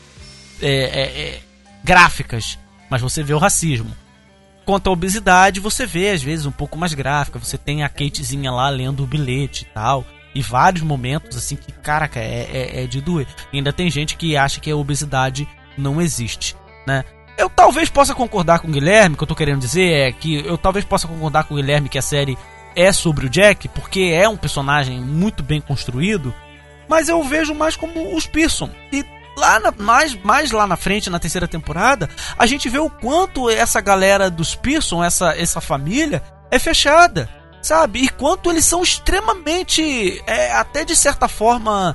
[SPEAKER 4] gráficas, mas você vê o racismo. Quanto à obesidade, você vê às vezes um pouco mais gráfica, você tem a Katezinha lá lendo o bilhete e tal, e vários momentos assim que, caraca, é de doer. E ainda tem gente que acha que a obesidade não existe, né? Eu talvez possa concordar com o Guilherme, o que eu tô querendo dizer é que eu talvez possa concordar com o Guilherme que a série é sobre o Jack, porque é um personagem muito bem construído, mas eu vejo mais como os Pearson. E mais lá na frente, na terceira temporada, a gente vê o quanto essa galera dos Pearson, essa família, é fechada, sabe? E quanto eles são extremamente, até de certa forma,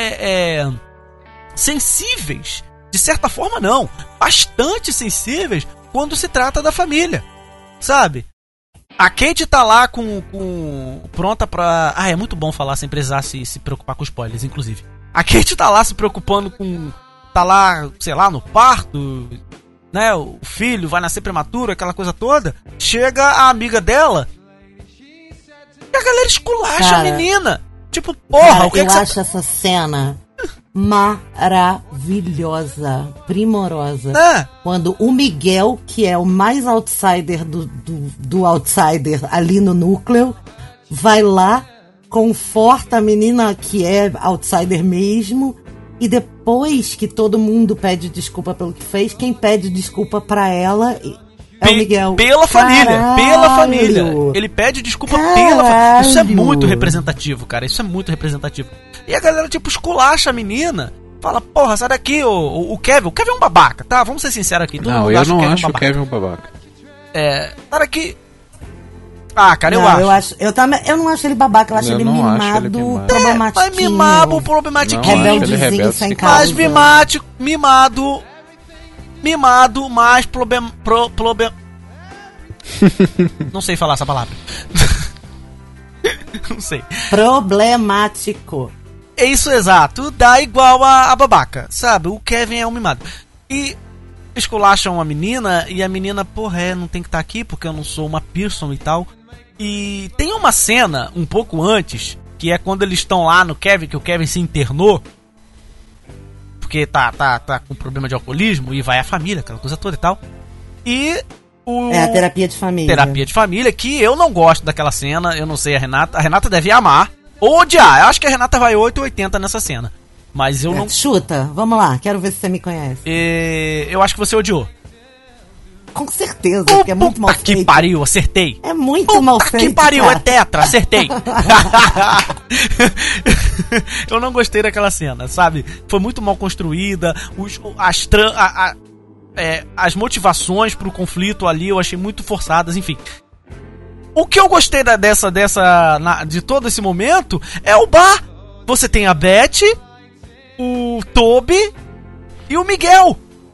[SPEAKER 4] sensíveis. De certa forma não, bastante sensíveis quando se trata da família, sabe? A Kate tá lá pronta pra... é muito bom falar sem precisar se preocupar com spoilers, inclusive. A Kate tá lá se preocupando com... Tá lá, sei lá, no parto, né? O filho vai nascer prematuro, aquela coisa toda. Chega a amiga dela e a galera esculacha a menina. Tipo, porra,
[SPEAKER 2] Cara,
[SPEAKER 4] o que é
[SPEAKER 2] eu
[SPEAKER 4] que
[SPEAKER 2] acho essa cena maravilhosa, primorosa.
[SPEAKER 4] É.
[SPEAKER 2] Quando o Miguel, que é o mais outsider do outsider ali no núcleo, vai lá, conforta a menina que é outsider mesmo, e depois que todo mundo pede desculpa pelo que fez, quem pede desculpa pra ela é o Miguel.
[SPEAKER 4] Pela família,
[SPEAKER 2] Caralho.
[SPEAKER 4] pela família. Ele pede desculpa pela família. Isso é muito representativo, cara. Isso é muito representativo. E a galera, tipo, esculacha a menina. Fala, porra, sai daqui, o Kevin. O Kevin é um babaca, tá? Vamos ser sinceros aqui. Todo
[SPEAKER 3] Não,
[SPEAKER 4] mundo
[SPEAKER 3] eu
[SPEAKER 4] acha
[SPEAKER 3] não
[SPEAKER 4] o Kevin
[SPEAKER 3] acho
[SPEAKER 4] um
[SPEAKER 3] o
[SPEAKER 4] babaca.
[SPEAKER 3] Kevin um babaca.
[SPEAKER 4] Sai daqui. Ah, cara, eu
[SPEAKER 2] Não,
[SPEAKER 4] acho.
[SPEAKER 2] Eu não acho ele babaca, eu acho
[SPEAKER 3] Eu
[SPEAKER 2] ele
[SPEAKER 3] não acho
[SPEAKER 2] mimado,
[SPEAKER 3] ele mimado.
[SPEAKER 2] problemático.
[SPEAKER 4] Mas mimado, problematiquinho.
[SPEAKER 3] Não, acho ele
[SPEAKER 2] Rebeldezinho
[SPEAKER 3] rebelde,
[SPEAKER 2] sem
[SPEAKER 3] sim.
[SPEAKER 2] causa.
[SPEAKER 4] Mas mimado, mais problema. Não sei falar essa palavra. Não sei.
[SPEAKER 2] Problemático.
[SPEAKER 4] É isso, exato. Dá igual a babaca, sabe? O Kevin é um mimado. E esculacham a menina, e a menina, porra, não tem que estar aqui porque eu não sou uma Pearson e tal. E tem uma cena um pouco antes, que é quando eles estão lá no Kevin, que o Kevin se internou, porque tá com problema de alcoolismo, e vai a família, aquela coisa toda e tal. E
[SPEAKER 2] É a terapia de família.
[SPEAKER 4] Terapia de família, que eu não gosto daquela cena, eu não sei a Renata. A Renata deve amar ou odiar. Eu acho que a Renata vai 8,80 nessa cena. Mas eu não.
[SPEAKER 2] Chuta, vamos lá, quero ver se você me conhece.
[SPEAKER 4] Eu acho que você odiou.
[SPEAKER 2] Com certeza, porque é muito mal
[SPEAKER 4] Puta que
[SPEAKER 2] feito.
[SPEAKER 4] pariu, acertei.
[SPEAKER 2] É muito mal
[SPEAKER 4] Puta
[SPEAKER 2] feito.
[SPEAKER 4] que pariu,
[SPEAKER 2] cara.
[SPEAKER 4] é tetra, acertei. Eu não gostei daquela cena, sabe? Foi muito mal construída. As motivações pro conflito ali eu achei muito forçadas, enfim. O que eu gostei de todo esse momento é o bar. Você tem a Beth, o Toby e o Miguel.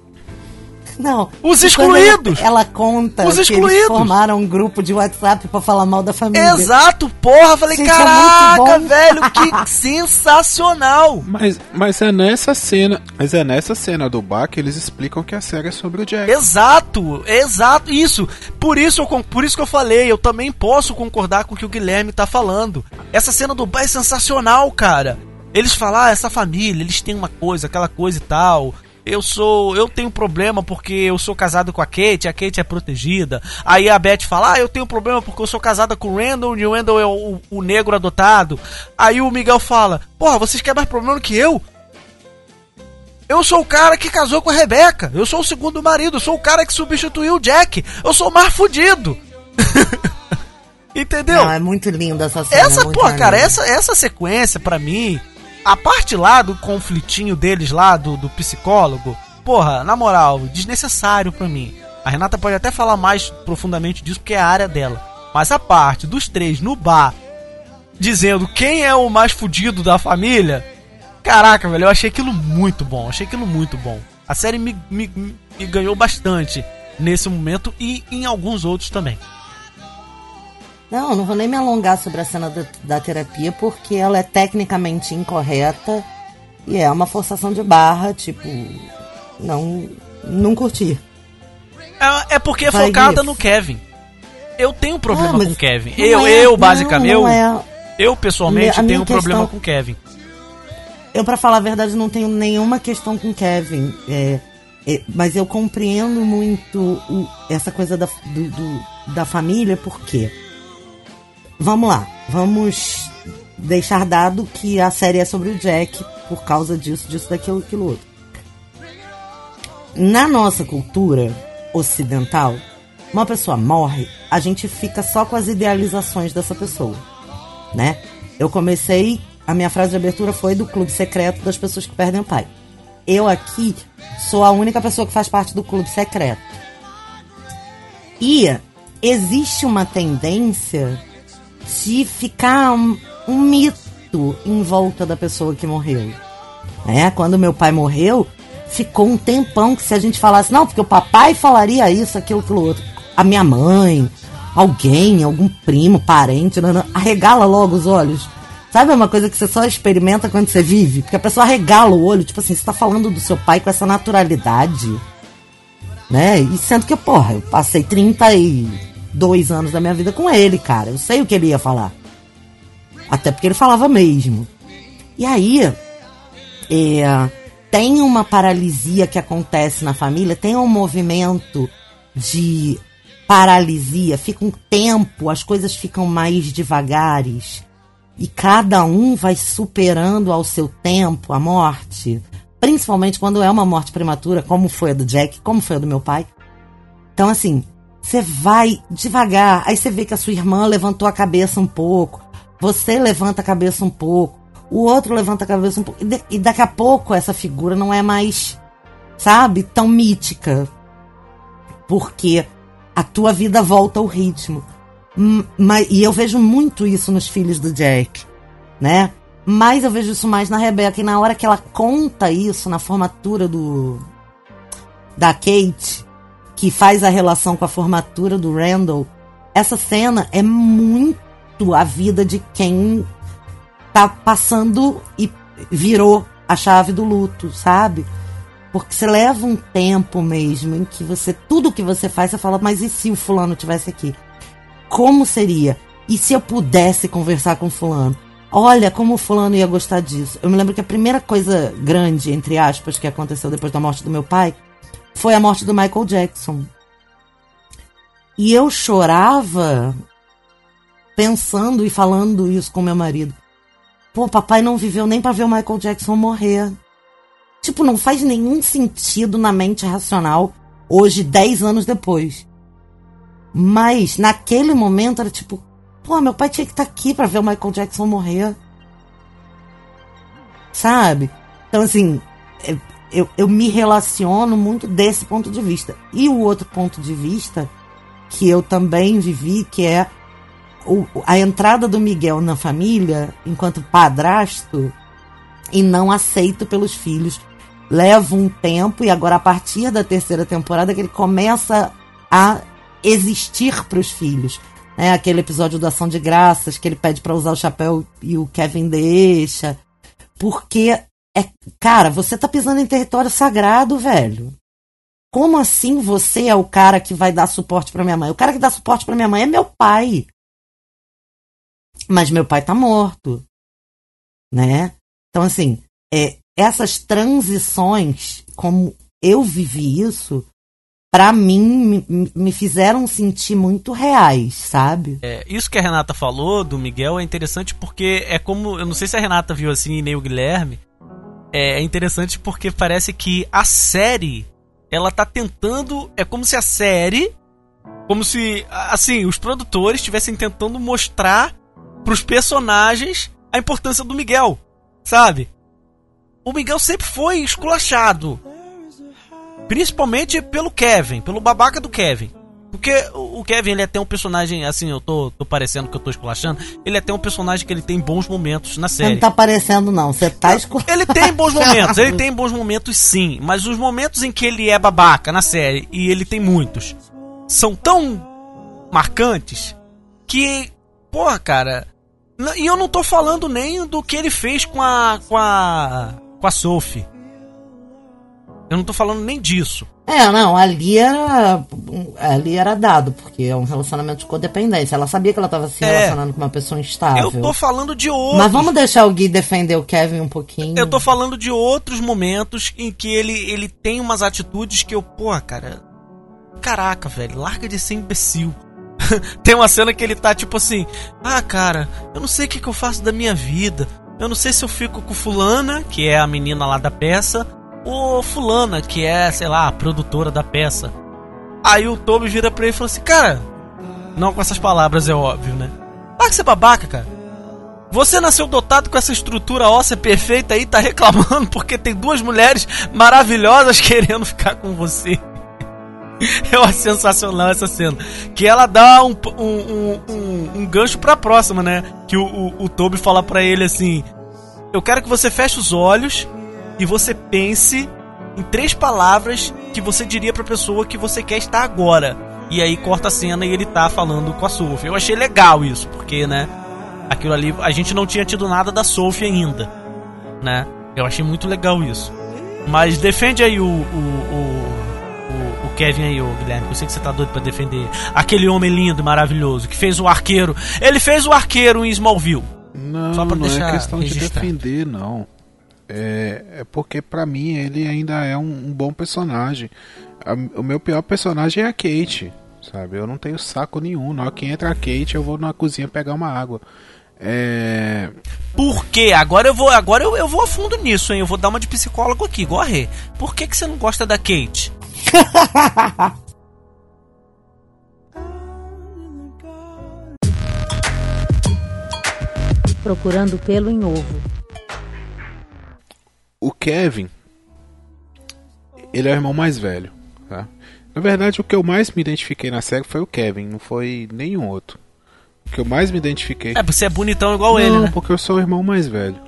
[SPEAKER 2] Não.
[SPEAKER 4] Os
[SPEAKER 2] e quando
[SPEAKER 4] excluídos.
[SPEAKER 2] Ela conta
[SPEAKER 4] Os
[SPEAKER 2] que
[SPEAKER 4] excluídos.
[SPEAKER 2] eles formaram um grupo de WhatsApp pra falar mal da família.
[SPEAKER 4] Exato, porra. Falei,
[SPEAKER 2] Gente,
[SPEAKER 4] caraca,
[SPEAKER 2] é muito bom.
[SPEAKER 4] velho, que sensacional.
[SPEAKER 3] Mas é nessa cena do bar que eles explicam que a série é sobre o Jack.
[SPEAKER 4] Exato, isso. Por isso que eu falei, eu também posso concordar com o que o Guilherme tá falando. Essa cena do bar é sensacional, cara. Eles falam, essa família, eles têm uma coisa, aquela coisa e tal. Eu tenho problema porque eu sou casado com a Kate é protegida. Aí a Beth fala, eu tenho problema porque eu sou casada com o Randall e o Randall é o negro adotado. Aí o Miguel fala, porra, vocês querem mais problema que eu? Eu sou o cara que casou com a Rebecca. Eu sou o segundo marido. Eu sou o cara que substituiu o Jack. Eu sou o mais fudido. Entendeu?
[SPEAKER 2] Não, é muito linda essa cena.
[SPEAKER 4] Essa,
[SPEAKER 2] muito
[SPEAKER 4] porra, cara,
[SPEAKER 2] maneiro.
[SPEAKER 4] essa sequência, pra mim, a parte lá do conflitinho deles lá, do psicólogo, porra, na moral, desnecessário pra mim. A Renata pode até falar mais profundamente disso, porque é a área dela. Mas a parte dos três no bar, dizendo quem é o mais fudido da família, caraca, velho, eu achei aquilo muito bom. A série me ganhou bastante nesse momento e em alguns outros também.
[SPEAKER 2] Não vou nem me alongar sobre a cena da terapia, porque ela é tecnicamente incorreta e é uma forçação de barra, tipo, não curti.
[SPEAKER 4] É porque é
[SPEAKER 2] Vai
[SPEAKER 4] focada
[SPEAKER 2] isso.
[SPEAKER 4] no Kevin. Eu tenho um problema
[SPEAKER 2] mas
[SPEAKER 4] com o Kevin.
[SPEAKER 2] não
[SPEAKER 4] Eu pessoalmente
[SPEAKER 2] A minha
[SPEAKER 4] tenho um problema
[SPEAKER 2] questão-
[SPEAKER 4] com o Kevin.
[SPEAKER 2] Eu, pra falar a verdade, não tenho nenhuma questão com Kevin. Mas eu compreendo muito essa coisa da família, porque... Vamos lá. Vamos deixar dado que a série é sobre o Jack por causa disso, daquilo, aquilo outro. Na nossa cultura ocidental, uma pessoa morre, a gente fica só com as idealizações dessa pessoa, né? A minha frase de abertura foi do clube secreto das pessoas que perdem o pai. Eu aqui sou a única pessoa que faz parte do clube secreto. E existe uma tendência de ficar um mito em volta da pessoa que morreu. Quando meu pai morreu, ficou um tempão que se a gente falasse, não, porque o papai falaria isso, aquilo outro. A minha mãe, algum primo, parente, arregala logo os olhos. Sabe uma coisa que você só experimenta quando você vive? Porque a pessoa arregala o olho, tipo assim, você tá falando do seu pai com essa naturalidade. né? E sendo que, porra, eu passei 32 anos da minha vida com ele, cara. Eu sei o que ele ia falar. Até porque ele falava mesmo. E aí, tem uma paralisia que acontece na família, tem um movimento de paralisia, fica um tempo, as coisas ficam mais devagares. E cada um vai superando ao seu tempo a morte. Principalmente quando é uma morte prematura, como foi a do Jack, como foi a do meu pai. Então, assim, você vai devagar. Aí você vê que a sua irmã levantou a cabeça um pouco. Você levanta a cabeça um pouco. O outro levanta a cabeça um pouco. E daqui a pouco essa figura não é mais, sabe, tão mítica. Porque a tua vida volta ao ritmo. E eu vejo muito isso nos filhos do Jack, né? Mas eu vejo isso mais na Rebecca. E na hora que ela conta isso na formatura da Kate, que faz a relação com a formatura do Randall, essa cena é muito a vida de quem tá passando e virou a chave do luto, sabe? Porque você leva um tempo mesmo em que tudo que você faz, você fala, mas e se o fulano tivesse aqui? Como seria? E se eu pudesse conversar com o fulano? Olha, como o fulano ia gostar disso. Eu me lembro que a primeira coisa grande, entre aspas, que aconteceu depois da morte do meu pai foi a morte do Michael Jackson. E eu chorava pensando e falando isso com meu marido. Pô, papai não viveu nem pra ver o Michael Jackson morrer. Tipo, não faz nenhum sentido na mente racional hoje, 10 anos depois. Mas, naquele momento, era tipo... Pô, meu pai tinha que estar aqui pra ver o Michael Jackson morrer. Sabe? Então, assim... Eu me relaciono muito desse ponto de vista. E o outro ponto de vista... Que eu também vivi, que é... a entrada do Miguel na família... Enquanto padrasto... E não aceito pelos filhos. Leva um tempo... E agora, a partir da 3ª temporada... Que ele começa a... existir para os filhos, né? Aquele episódio do Ação de Graças que ele pede para usar o chapéu e o Kevin deixa, porque cara, você tá pisando em território sagrado, velho. Como assim você é o cara que vai dar suporte para minha mãe? O cara que dá suporte para minha mãe é meu pai, mas meu pai tá morto, né? Então, assim, essas transições, como eu vivi isso, pra mim, me fizeram sentir muito reais, sabe?
[SPEAKER 4] Isso que a Renata falou do Miguel é interessante porque é como... Eu não sei se a Renata viu assim, nem o Guilherme. É interessante porque parece que a série, ela tá tentando... É como se a série... Como se, assim, os produtores estivessem tentando mostrar pros personagens a importância do Miguel, sabe? O Miguel sempre foi esculachado. Principalmente pelo Kevin, pelo babaca do Kevin. Porque o Kevin, ele é até um personagem, assim, eu tô parecendo que eu tô esculachando. Ele é até um personagem que ele tem bons momentos na série.
[SPEAKER 2] Não tá parecendo não, você tá esculachando.
[SPEAKER 4] Ele tem bons momentos sim. Mas os momentos em que ele é babaca na série, e ele tem muitos, são tão marcantes que, porra, cara... E eu não tô falando nem do que ele fez com a Sophie. Eu não tô falando nem disso.
[SPEAKER 2] Não, ali era dado, porque é um relacionamento de codependência. Ela sabia que ela tava se relacionando com uma pessoa instável.
[SPEAKER 4] Eu tô falando de outros.
[SPEAKER 2] Mas vamos deixar o Gui defender o Kevin um pouquinho.
[SPEAKER 4] Eu tô falando de outros momentos em que ele tem umas atitudes que eu, porra, cara... Caraca, velho, larga de ser imbecil. Tem uma cena que ele tá tipo assim... Ah, cara, eu não sei o que eu faço da minha vida. Eu não sei se eu fico com fulana, que é a menina lá da peça... ou fulana, que é, sei lá, a produtora da peça. Aí o Toby vira pra ele e fala assim, cara, não com essas palavras, é óbvio, né? Para que você é babaca, cara. Você nasceu dotado com essa estrutura óssea perfeita aí, tá reclamando porque tem 2 mulheres maravilhosas querendo ficar com você. Eu acho sensacional essa cena. Que ela dá um gancho pra próxima, né? Que o Toby fala pra ele assim, eu quero que você feche os olhos e você pense em 3 palavras que você diria pra pessoa que você quer estar agora. E aí corta a cena e ele tá falando com a Sophie. Eu achei legal isso, porque, né, aquilo ali, a gente não tinha tido nada da Sophie ainda, né? Eu achei muito legal isso. Mas defende aí o Kevin aí, ô Guilherme. Eu sei que você tá doido pra defender. Aquele homem lindo, maravilhoso, que fez o arqueiro. Ele fez o arqueiro em Smallville.
[SPEAKER 3] Não,
[SPEAKER 4] Só pra
[SPEAKER 3] não
[SPEAKER 4] deixar
[SPEAKER 3] é questão
[SPEAKER 4] registrado.
[SPEAKER 3] de defender, não. É porque pra mim ele ainda é um bom personagem. O meu pior personagem é a Kate, sabe? Eu não tenho saco nenhum. Na hora que entra a Kate, eu vou na cozinha pegar uma água.
[SPEAKER 4] Por quê? Agora eu vou a fundo nisso, hein? Eu vou dar uma de psicólogo aqui, igual a Rê. Por que você não gosta da Kate?
[SPEAKER 5] Procurando pelo em ovo.
[SPEAKER 3] O Kevin, ele é o irmão mais velho, tá? Na verdade, o que eu mais me identifiquei na série foi o Kevin, não foi nenhum outro. O que eu mais me identifiquei...
[SPEAKER 4] Você é bonitão igual ele, né?
[SPEAKER 3] Não, porque eu sou o irmão mais velho.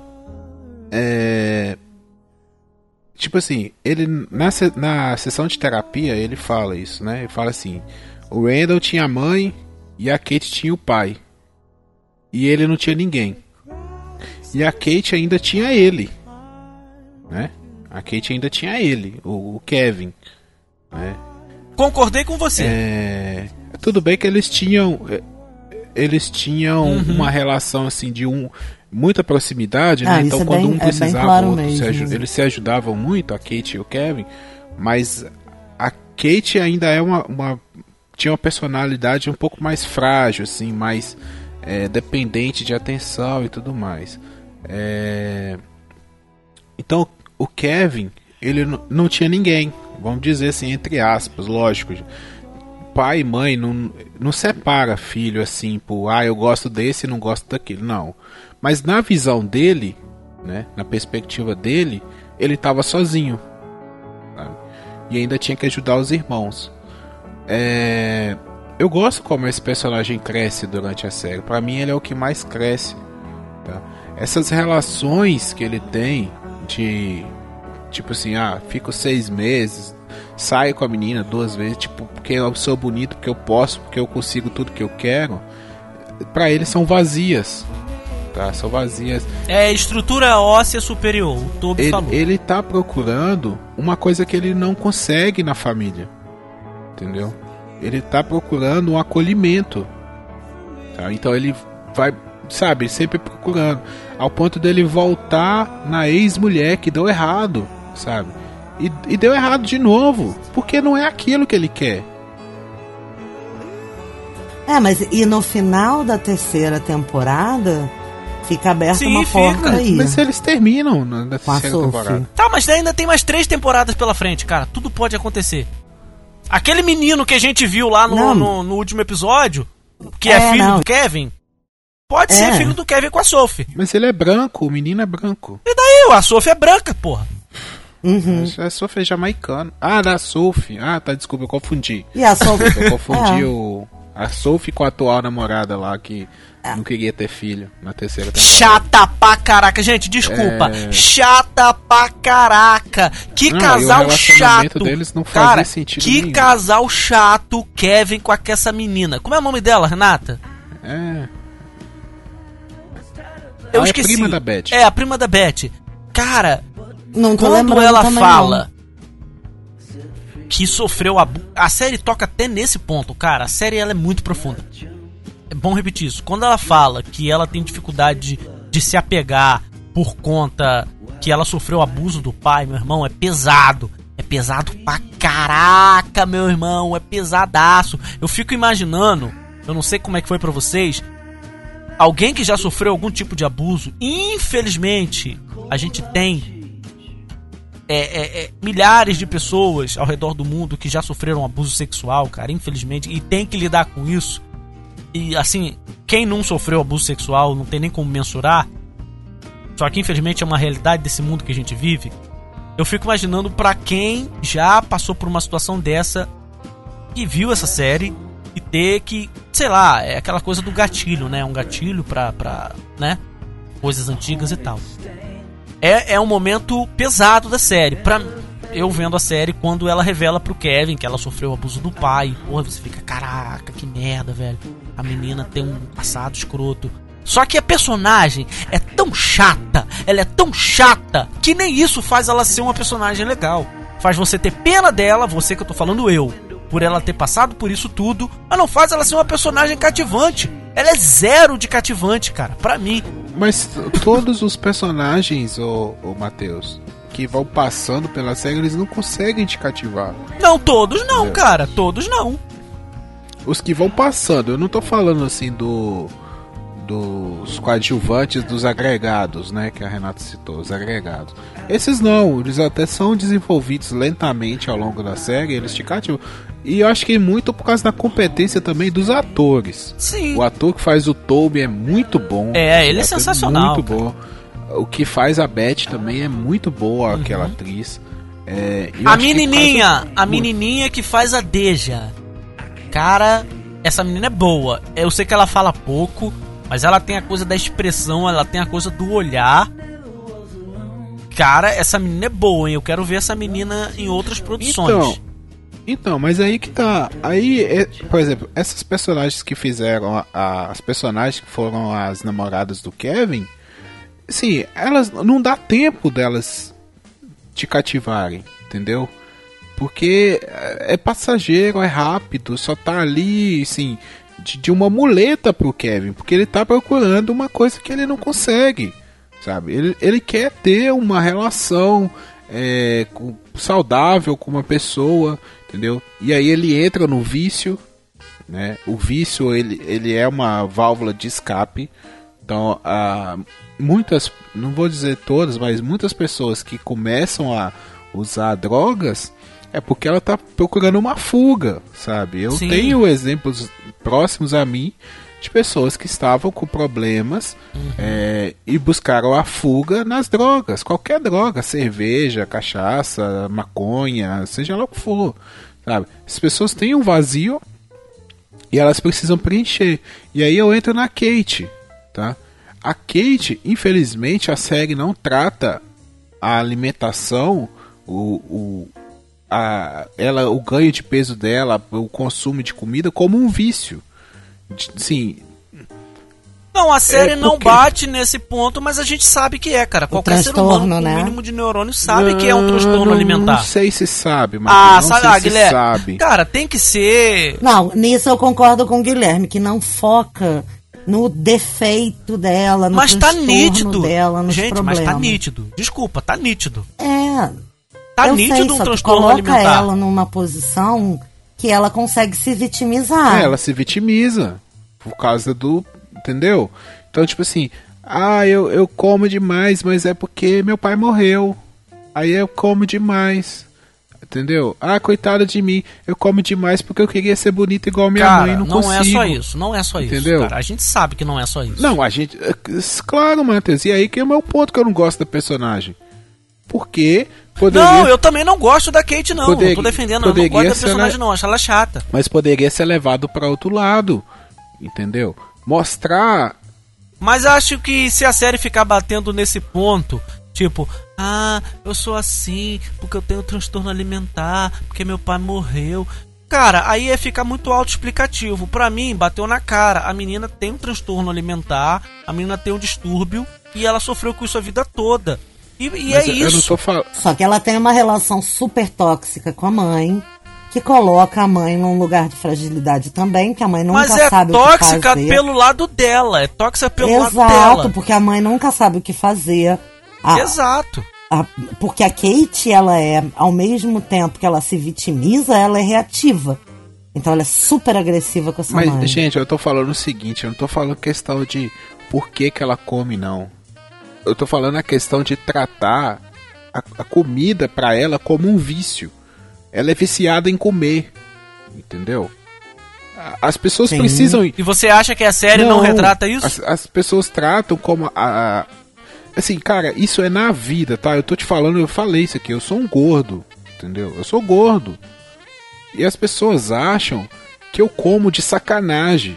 [SPEAKER 3] Tipo assim, ele na sessão de terapia, ele fala isso, né? Ele fala assim, o Randall tinha a mãe e a Kate tinha o pai. E ele não tinha ninguém. E a Kate ainda tinha ele, né? A Kate ainda tinha ele, o Kevin, né?
[SPEAKER 4] Concordei com você.
[SPEAKER 3] Tudo bem que eles tinham uma relação assim de muita proximidade, né? Então quando um precisava,
[SPEAKER 2] claro,
[SPEAKER 3] eles se ajudavam muito, a Kate e o Kevin. Mas a Kate ainda tinha uma personalidade um pouco mais frágil, assim, mais dependente de atenção e tudo mais. Então o Kevin, ele não tinha ninguém, vamos dizer assim, entre aspas, lógico. Pai e mãe não separa filho assim por eu gosto desse e não gosto daquele, não. Mas na visão dele, né, na perspectiva dele, ele estava sozinho, sabe? E ainda tinha que ajudar os irmãos. Eu gosto como esse personagem cresce durante a série. Pra mim ele é o que mais cresce, tá? Essas relações que ele tem de tipo assim, fico 6 meses, saio com a menina 2 vezes, tipo, porque eu sou bonito, porque eu posso, porque eu consigo tudo que eu quero, pra ele são vazias, tá? São vazias.
[SPEAKER 4] Estrutura óssea superior, o Toby falou.
[SPEAKER 3] Ele tá procurando uma coisa que ele não consegue na família, entendeu? Ele tá procurando um acolhimento, tá? Então ele vai, sabe, sempre procurando, ao ponto dele voltar na ex-mulher que deu errado, sabe? E deu errado de novo, porque não é aquilo que ele quer.
[SPEAKER 2] Mas e no final da 3ª temporada fica aberta uma porta aí.
[SPEAKER 3] Mas eles terminam na 3ª temporada.
[SPEAKER 4] Tá, mas ainda tem mais 3 temporadas pela frente, cara. Tudo pode acontecer. Aquele menino que a gente viu lá no último episódio, que é filho do Kevin, pode ser filho do Kevin com a Sophie.
[SPEAKER 3] Mas ele é branco, o menino é branco.
[SPEAKER 4] E daí? A Sophie é branca, porra.
[SPEAKER 3] A Sophie é jamaicana. Da Sophie. Tá, desculpa, eu confundi.
[SPEAKER 2] E a Sophie?
[SPEAKER 3] Eu confundi a Sophie com a atual namorada lá que não queria ter filho na 3ª temporada.
[SPEAKER 4] Chata pra caraca, gente, desculpa. Chata pra caraca. Que casal chato.
[SPEAKER 3] Deles não fazia sentido
[SPEAKER 4] que
[SPEAKER 3] nenhum.
[SPEAKER 4] casal chato, Kevin com essa menina. Como é o nome dela, Renata? Eu esqueci.
[SPEAKER 3] É a prima da Beth.
[SPEAKER 4] É, a prima da Beth. Cara,
[SPEAKER 2] não tô
[SPEAKER 4] quando ela
[SPEAKER 2] também
[SPEAKER 4] fala que sofreu abuso... A série toca até nesse ponto, cara. A série ela é muito profunda. É bom repetir isso. Quando ela fala que ela tem dificuldade de se apegar por conta que ela sofreu abuso do pai, meu irmão, é pesado. É pesado pra caraca, meu irmão. É pesadaço. Eu fico imaginando, eu não sei como é que foi pra vocês, alguém que já sofreu algum tipo de abuso. Infelizmente, a gente tem milhares de pessoas ao redor do mundo que já sofreram abuso sexual, cara, infelizmente, e tem que lidar com isso. E assim, quem não sofreu abuso sexual não tem nem como mensurar. Só que infelizmente é uma realidade desse mundo que a gente vive. Eu fico imaginando pra quem já passou por uma situação dessa e viu essa série e ter que, sei lá, é aquela coisa do gatilho, né? Um gatilho pra né? Coisas antigas e tal. É um momento pesado da série. Eu vendo a série, quando ela revela pro Kevin que ela sofreu o abuso do pai, porra, você fica, caraca, que merda, velho. A menina tem um passado escroto. Só que a personagem é tão chata, ela é tão chata, que nem isso faz ela ser uma personagem legal. faz você ter pena dela, você que eu tô falando eu, por ela ter passado por isso tudo, mas não faz ela ser uma personagem cativante. Ela é zero de cativante, cara, pra mim.
[SPEAKER 3] Mas todos os personagens, ô Matheus, que vão passando pela série, eles não conseguem te cativar.
[SPEAKER 4] Não, todos não, cara, todos não.
[SPEAKER 3] Os que vão passando, eu não tô falando assim dos coadjuvantes, dos agregados, né, que a Renata citou, os agregados. Esses não, eles até são desenvolvidos lentamente ao longo da série, eles te cativam. E eu acho que muito por causa da competência também dos atores.
[SPEAKER 4] Sim.
[SPEAKER 3] O ator que faz o Toby é muito bom.
[SPEAKER 4] Ele é sensacional.
[SPEAKER 3] Muito bom. O que faz a Beth também é muito boa, aquela atriz.
[SPEAKER 4] A menininha que faz a Deja. Cara, essa menina é boa. Eu sei que ela fala pouco, mas ela tem a coisa da expressão, ela tem a coisa do olhar. Cara, essa menina é boa, hein? Eu quero ver essa menina em outras produções.
[SPEAKER 3] Então, mas aí que tá. Aí, por exemplo, essas personagens que fizeram, as personagens que foram as namoradas do Kevin, assim, elas não dá tempo delas te cativarem, entendeu? Porque é passageiro, é rápido, só tá ali, assim, de uma muleta pro Kevin, porque ele tá procurando uma coisa que ele não consegue, sabe? Ele quer ter uma relação saudável com uma pessoa, entendeu? E aí ele entra no vício, né? O vício, ele é uma válvula de escape. Então, muitas, não vou dizer todas, mas muitas pessoas que começam a usar drogas é porque ela tá procurando uma fuga, sabe? Eu tenho exemplos próximos a mim de pessoas que estavam com problemas e buscaram a fuga nas drogas, qualquer droga, cerveja, cachaça, maconha, seja lá o que for, sabe? As pessoas têm um vazio e elas precisam preencher. E aí eu entro na Kate, tá? A Kate, infelizmente, a série não trata a alimentação, o ganho de peso dela, o consumo de comida como um vício. Sim.
[SPEAKER 4] Não, a série não bate nesse ponto, mas a gente sabe que é, cara. Qualquer ser humano com o mínimo de neurônio sabe que é um transtorno alimentar.
[SPEAKER 3] Não sei se sabe, mas
[SPEAKER 4] Guilherme,
[SPEAKER 3] sabe.
[SPEAKER 4] Cara, tem que ser...
[SPEAKER 2] Não, nisso eu concordo com o Guilherme, que não foca no defeito dela, no
[SPEAKER 4] mas tá nítido
[SPEAKER 2] dela, nos
[SPEAKER 4] gente,
[SPEAKER 2] problemas.
[SPEAKER 4] Mas tá nítido. Desculpa, tá nítido.
[SPEAKER 2] Tá
[SPEAKER 4] nítido um transtorno
[SPEAKER 2] coloca
[SPEAKER 4] alimentar.
[SPEAKER 2] Ela numa posição que ela consegue se vitimizar.
[SPEAKER 3] Ela se vitimiza por causa do... Entendeu? Então, tipo assim, eu como demais, mas é porque meu pai morreu. Aí eu como demais. Entendeu? Coitada de mim, eu como demais porque eu queria ser bonita igual minha mãe, não consigo.
[SPEAKER 4] Não é só isso,
[SPEAKER 3] entendeu?
[SPEAKER 4] Cara. A gente sabe que não é só isso.
[SPEAKER 3] Não, a gente... Claro, Matheus, e aí que é o meu ponto que eu não gosto da personagem. Porque...
[SPEAKER 4] Não, eu também não gosto da Kate, não. Não tô defendendo, eu não gosto da personagem, não. Acho ela chata.
[SPEAKER 3] Mas poderia ser levado para outro lado, entendeu? Mostrar...
[SPEAKER 4] Mas acho que se a série ficar batendo nesse ponto, tipo, eu sou assim porque eu tenho transtorno alimentar, porque meu pai morreu. Cara, aí ia ficar muito autoexplicativo. Pra mim, bateu na cara. A menina tem um transtorno alimentar, a menina tem um distúrbio e ela sofreu com isso a vida toda. E é isso.
[SPEAKER 3] Eu não tô falando.
[SPEAKER 2] Só que ela tem uma relação super tóxica com a mãe, que coloca a mãe num lugar de fragilidade também, que a mãe nunca sabe o que fazer. Mas é tóxica
[SPEAKER 4] pelo lado dela, é tóxica pelo lado dela.
[SPEAKER 2] Exato, porque a mãe nunca sabe o que fazer.
[SPEAKER 4] Exato.
[SPEAKER 2] Porque a Kate, ela é, ao mesmo tempo que ela se vitimiza, ela é reativa. Então ela é super agressiva com essa mãe.
[SPEAKER 3] Mas, gente, eu tô falando o seguinte, eu não tô falando questão de por que ela come, não. Eu tô falando a questão de tratar a comida pra ela como um vício. Ela é viciada em comer, entendeu? As pessoas precisam...
[SPEAKER 4] E você acha que a série não retrata isso?
[SPEAKER 3] As pessoas tratam como assim, cara, isso é na vida, tá? Eu tô te falando, eu falei isso aqui, eu sou um gordo, entendeu? Eu sou gordo. E as pessoas acham que eu como de sacanagem,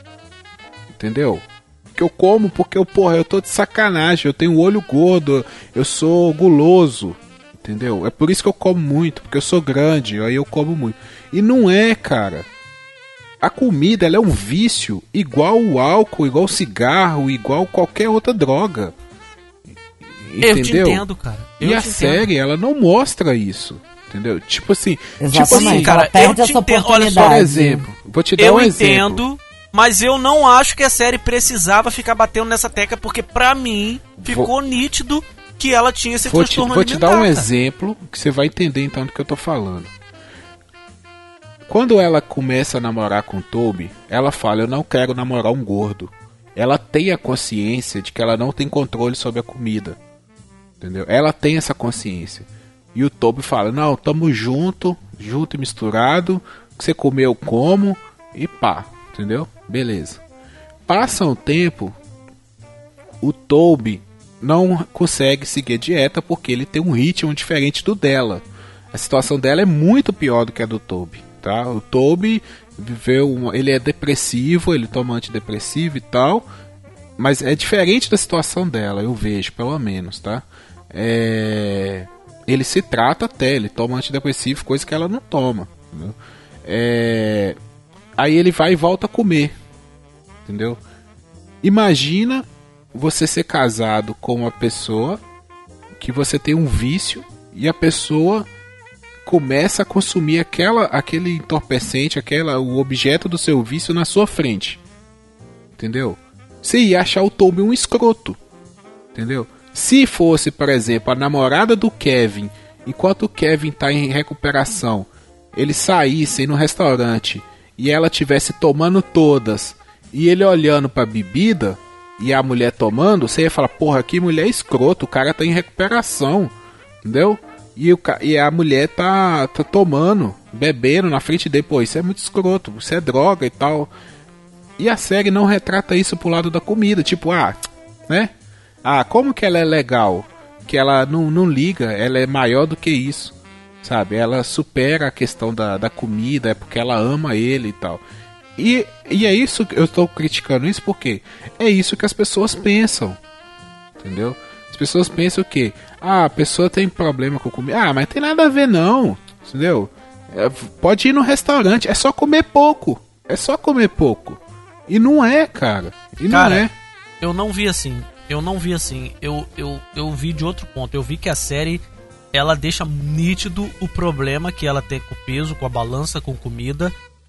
[SPEAKER 3] entendeu? Que eu como porque eu tô de sacanagem, eu tenho um olho gordo, eu sou guloso, entendeu? É por isso que eu como muito, porque eu sou grande, aí eu como muito. E não é, cara. A comida, ela é um vício igual o álcool, igual o cigarro, igual qualquer outra droga. Entendeu?
[SPEAKER 4] Eu te entendo, cara.
[SPEAKER 3] E a série, ela não mostra isso, Entendeu? Tipo assim,
[SPEAKER 2] Exatamente,
[SPEAKER 4] cara,
[SPEAKER 2] ela perde
[SPEAKER 4] eu te
[SPEAKER 2] essa
[SPEAKER 4] entendo.
[SPEAKER 2] oportunidade.
[SPEAKER 3] Olha só, por exemplo, vou te dar
[SPEAKER 4] Eu
[SPEAKER 3] um exemplo.
[SPEAKER 4] entendo, mas eu não acho que a série precisava ficar batendo nessa tecla, porque pra mim ficou nítido que ela tinha esse transtorno
[SPEAKER 3] Vou te dar um
[SPEAKER 4] alimentar, cara.
[SPEAKER 3] exemplo que você vai entender então do que eu tô falando. Quando ela começa a namorar com o Toby, ela fala, eu não quero namorar um gordo. Ela tem a consciência de que ela não tem controle sobre a comida. Entendeu? Ela tem essa consciência. E o Toby fala, não, tamo junto e misturado, o que você comeu eu como, e pá, entendeu? Beleza. Passa um tempo, o Toby não consegue seguir a dieta porque ele tem um ritmo diferente do dela. A situação dela é muito pior do que a do Toby, tá? O Toby ele é depressivo, ele toma antidepressivo e tal, mas é diferente da situação dela, eu vejo, pelo menos, tá? Ele se trata até, ele toma antidepressivo, coisa que ela não toma, entendeu? Aí ele vai e volta a comer, entendeu? Imagina você ser casado com uma pessoa que você tem um vício e a pessoa começa a consumir aquele entorpecente, o objeto do seu vício na sua frente, entendeu? Você ia achar o Toby um escroto, entendeu? Se fosse, por exemplo, a namorada do Kevin, enquanto o Kevin tá em recuperação, ele saísse no restaurante e ela tivesse tomando todas e ele olhando pra bebida e a mulher tomando, você ia falar, porra, que mulher escroto, o cara tá em recuperação, entendeu? E a mulher tá tomando, bebendo na frente dele, pô, isso é muito escroto, isso é droga e tal. E a série não retrata isso pro lado da comida, tipo, né? Como que ela é legal? Que ela não liga, ela é maior do que isso, sabe? Ela supera a questão da comida, é porque ela ama ele e tal. E é isso que eu estou criticando isso porque é isso que as pessoas pensam, entendeu? As pessoas pensam o quê? A pessoa tem problema com comida. Mas tem nada a ver não, entendeu? Pode ir no restaurante, é só comer pouco. É só comer pouco. E não é, cara. Não é.
[SPEAKER 4] Eu não vi assim. Eu vi de outro ponto. Eu vi que a série, ela deixa nítido o problema que ela tem com o peso, com a balança, com comida.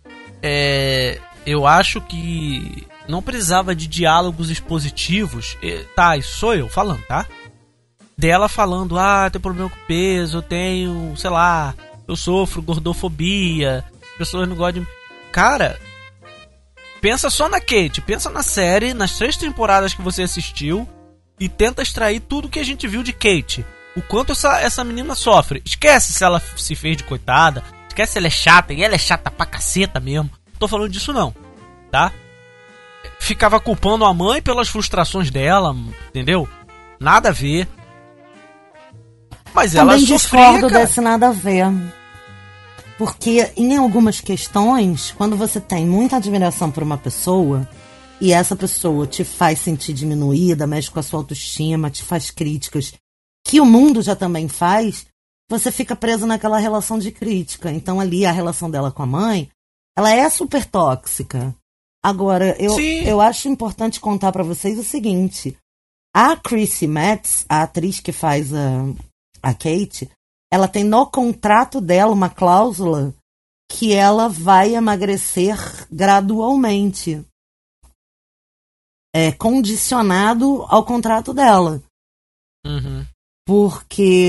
[SPEAKER 4] Eu acho que não precisava de diálogos expositivos. Tá, isso sou eu falando, tá? Dela falando, tem problema com peso, eu tenho, sei lá, eu sofro gordofobia, pessoas não gostam de... Cara, pensa só na Kate, pensa na série, nas 3 temporadas que você assistiu e tenta extrair tudo que a gente viu de Kate. O quanto essa menina sofre. Esquece se ela se fez de coitada, esquece se ela é chata, e ela é chata pra caceta mesmo. Não tô falando disso não, tá? Ficava culpando a mãe pelas frustrações dela, entendeu? Nada a ver. Mas ela
[SPEAKER 2] também
[SPEAKER 4] sofria,
[SPEAKER 2] discordo
[SPEAKER 4] cara.
[SPEAKER 2] desse nada a ver. Porque em algumas questões, quando você tem muita admiração por uma pessoa e essa pessoa te faz sentir diminuída, mexe com a sua autoestima, te faz críticas que o mundo já também faz, você fica preso naquela relação de crítica. Então ali a relação dela com a mãe, ela é super tóxica. Agora, eu acho importante contar pra vocês o seguinte. A Chrissy Metz, a atriz que faz a Kate, ela tem no contrato dela uma cláusula que ela vai emagrecer gradualmente. É condicionado ao contrato dela.
[SPEAKER 4] Uhum.
[SPEAKER 2] Porque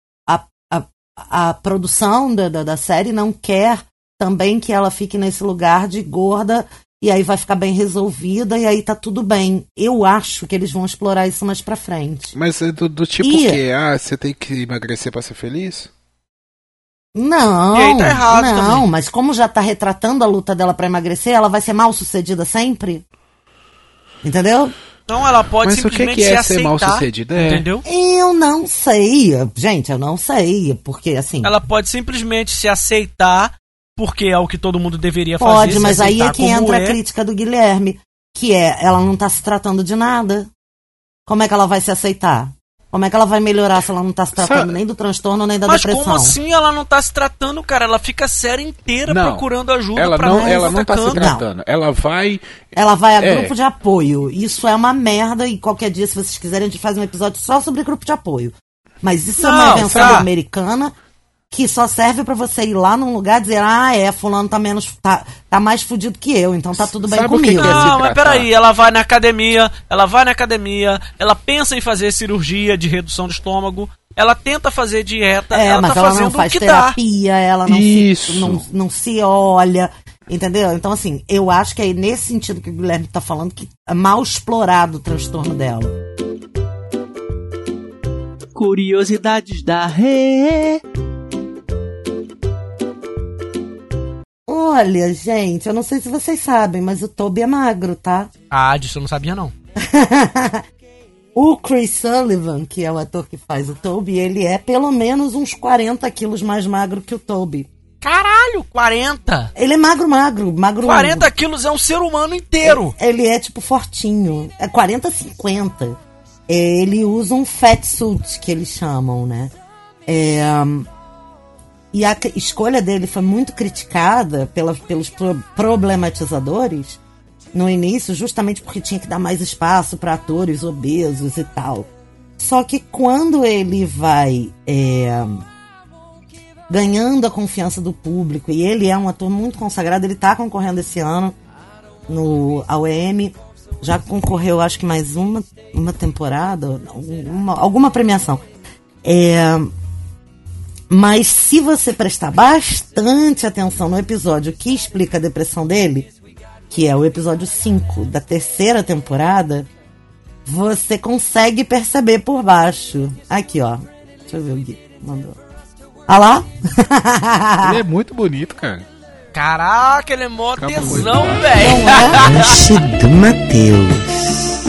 [SPEAKER 2] a produção da série não quer também que ela fique nesse lugar de gorda e aí vai ficar bem resolvida e aí tá tudo bem. Eu acho que eles vão explorar isso mais pra frente.
[SPEAKER 3] Mas é do tipo que, você tem que emagrecer pra ser feliz?
[SPEAKER 2] Não,
[SPEAKER 4] E aí tá errado
[SPEAKER 2] não,
[SPEAKER 4] também.
[SPEAKER 2] mas como já tá retratando a luta dela pra emagrecer, ela vai ser mal sucedida sempre? Entendeu?
[SPEAKER 4] Então ela pode
[SPEAKER 3] Mas o
[SPEAKER 4] simplesmente
[SPEAKER 3] que é
[SPEAKER 4] se
[SPEAKER 3] ser
[SPEAKER 4] aceitar,
[SPEAKER 3] mal-sucedida?
[SPEAKER 4] entendeu?
[SPEAKER 2] Eu não sei, gente, eu não sei, porque assim...
[SPEAKER 4] Ela pode simplesmente se aceitar, porque é o que todo mundo deveria fazer.
[SPEAKER 2] Pode,
[SPEAKER 4] se
[SPEAKER 2] mas aí é
[SPEAKER 4] aceitar
[SPEAKER 2] que
[SPEAKER 4] como
[SPEAKER 2] entra a crítica do Guilherme, que ela não tá se tratando de nada. Como é que ela vai se aceitar? Como é que ela vai melhorar se ela não tá se tratando nem do transtorno nem da
[SPEAKER 4] Mas
[SPEAKER 2] depressão?
[SPEAKER 4] como assim ela não tá se tratando, cara? Ela fica a série inteira procurando ajuda
[SPEAKER 3] ela
[SPEAKER 4] pra
[SPEAKER 3] ela não tá se
[SPEAKER 4] atacando.
[SPEAKER 3] tratando. Ela vai
[SPEAKER 2] a grupo de apoio. Isso é uma merda e qualquer dia, se vocês quiserem, a gente faz um episódio só sobre grupo de apoio. Mas isso é uma invenção americana que só serve pra você ir lá num lugar e dizer, fulano tá tá mais fudido que eu, então tá tudo bem
[SPEAKER 3] Sabe o que
[SPEAKER 2] comigo.
[SPEAKER 3] que é se
[SPEAKER 4] Não, mas
[SPEAKER 3] tratar?
[SPEAKER 4] peraí, ela vai na academia, ela pensa em fazer cirurgia de redução do estômago, ela tenta fazer dieta, ela
[SPEAKER 2] mas
[SPEAKER 4] tá
[SPEAKER 2] ela
[SPEAKER 4] fazendo
[SPEAKER 2] não faz
[SPEAKER 4] o que
[SPEAKER 2] terapia, ela
[SPEAKER 3] Isso.
[SPEAKER 2] não se olha, entendeu? Então, assim, eu acho que é nesse sentido que o Guilherme tá falando, que é mal explorado o transtorno dela.
[SPEAKER 6] Curiosidades da Rê.
[SPEAKER 2] Olha, gente, eu não sei se vocês sabem, mas o Toby é magro, tá?
[SPEAKER 4] Ah, disso eu não sabia não.
[SPEAKER 2] O Chris Sullivan, que é o ator que faz o Toby, ele é pelo menos uns 40 quilos mais magro que o Toby.
[SPEAKER 4] Caralho, 40?
[SPEAKER 2] Ele é magro.
[SPEAKER 4] 40 quilos é um ser humano inteiro.
[SPEAKER 2] Ele é tipo fortinho. É 40, 50. Ele usa um fat suit, que eles chamam, né? E a escolha dele foi muito criticada pelos problematizadores no início, justamente porque tinha que dar mais espaço para atores obesos e tal. Só que quando ele vai ganhando a confiança do público, e ele é um ator muito consagrado, ele tá concorrendo esse ano ao Emmy, já concorreu acho que mais uma temporada, alguma premiação. Mas se você prestar bastante atenção no episódio que explica a depressão dele, que é o episódio 5 da terceira temporada, você consegue perceber por baixo. Aqui, ó. Deixa eu ver o Gui mandou. Ah lá?
[SPEAKER 3] Ele é muito bonito, cara.
[SPEAKER 4] Caraca, ele é mó
[SPEAKER 3] Acabou.
[SPEAKER 4] tesão, velho.
[SPEAKER 2] Não é? Lanche do Matheus.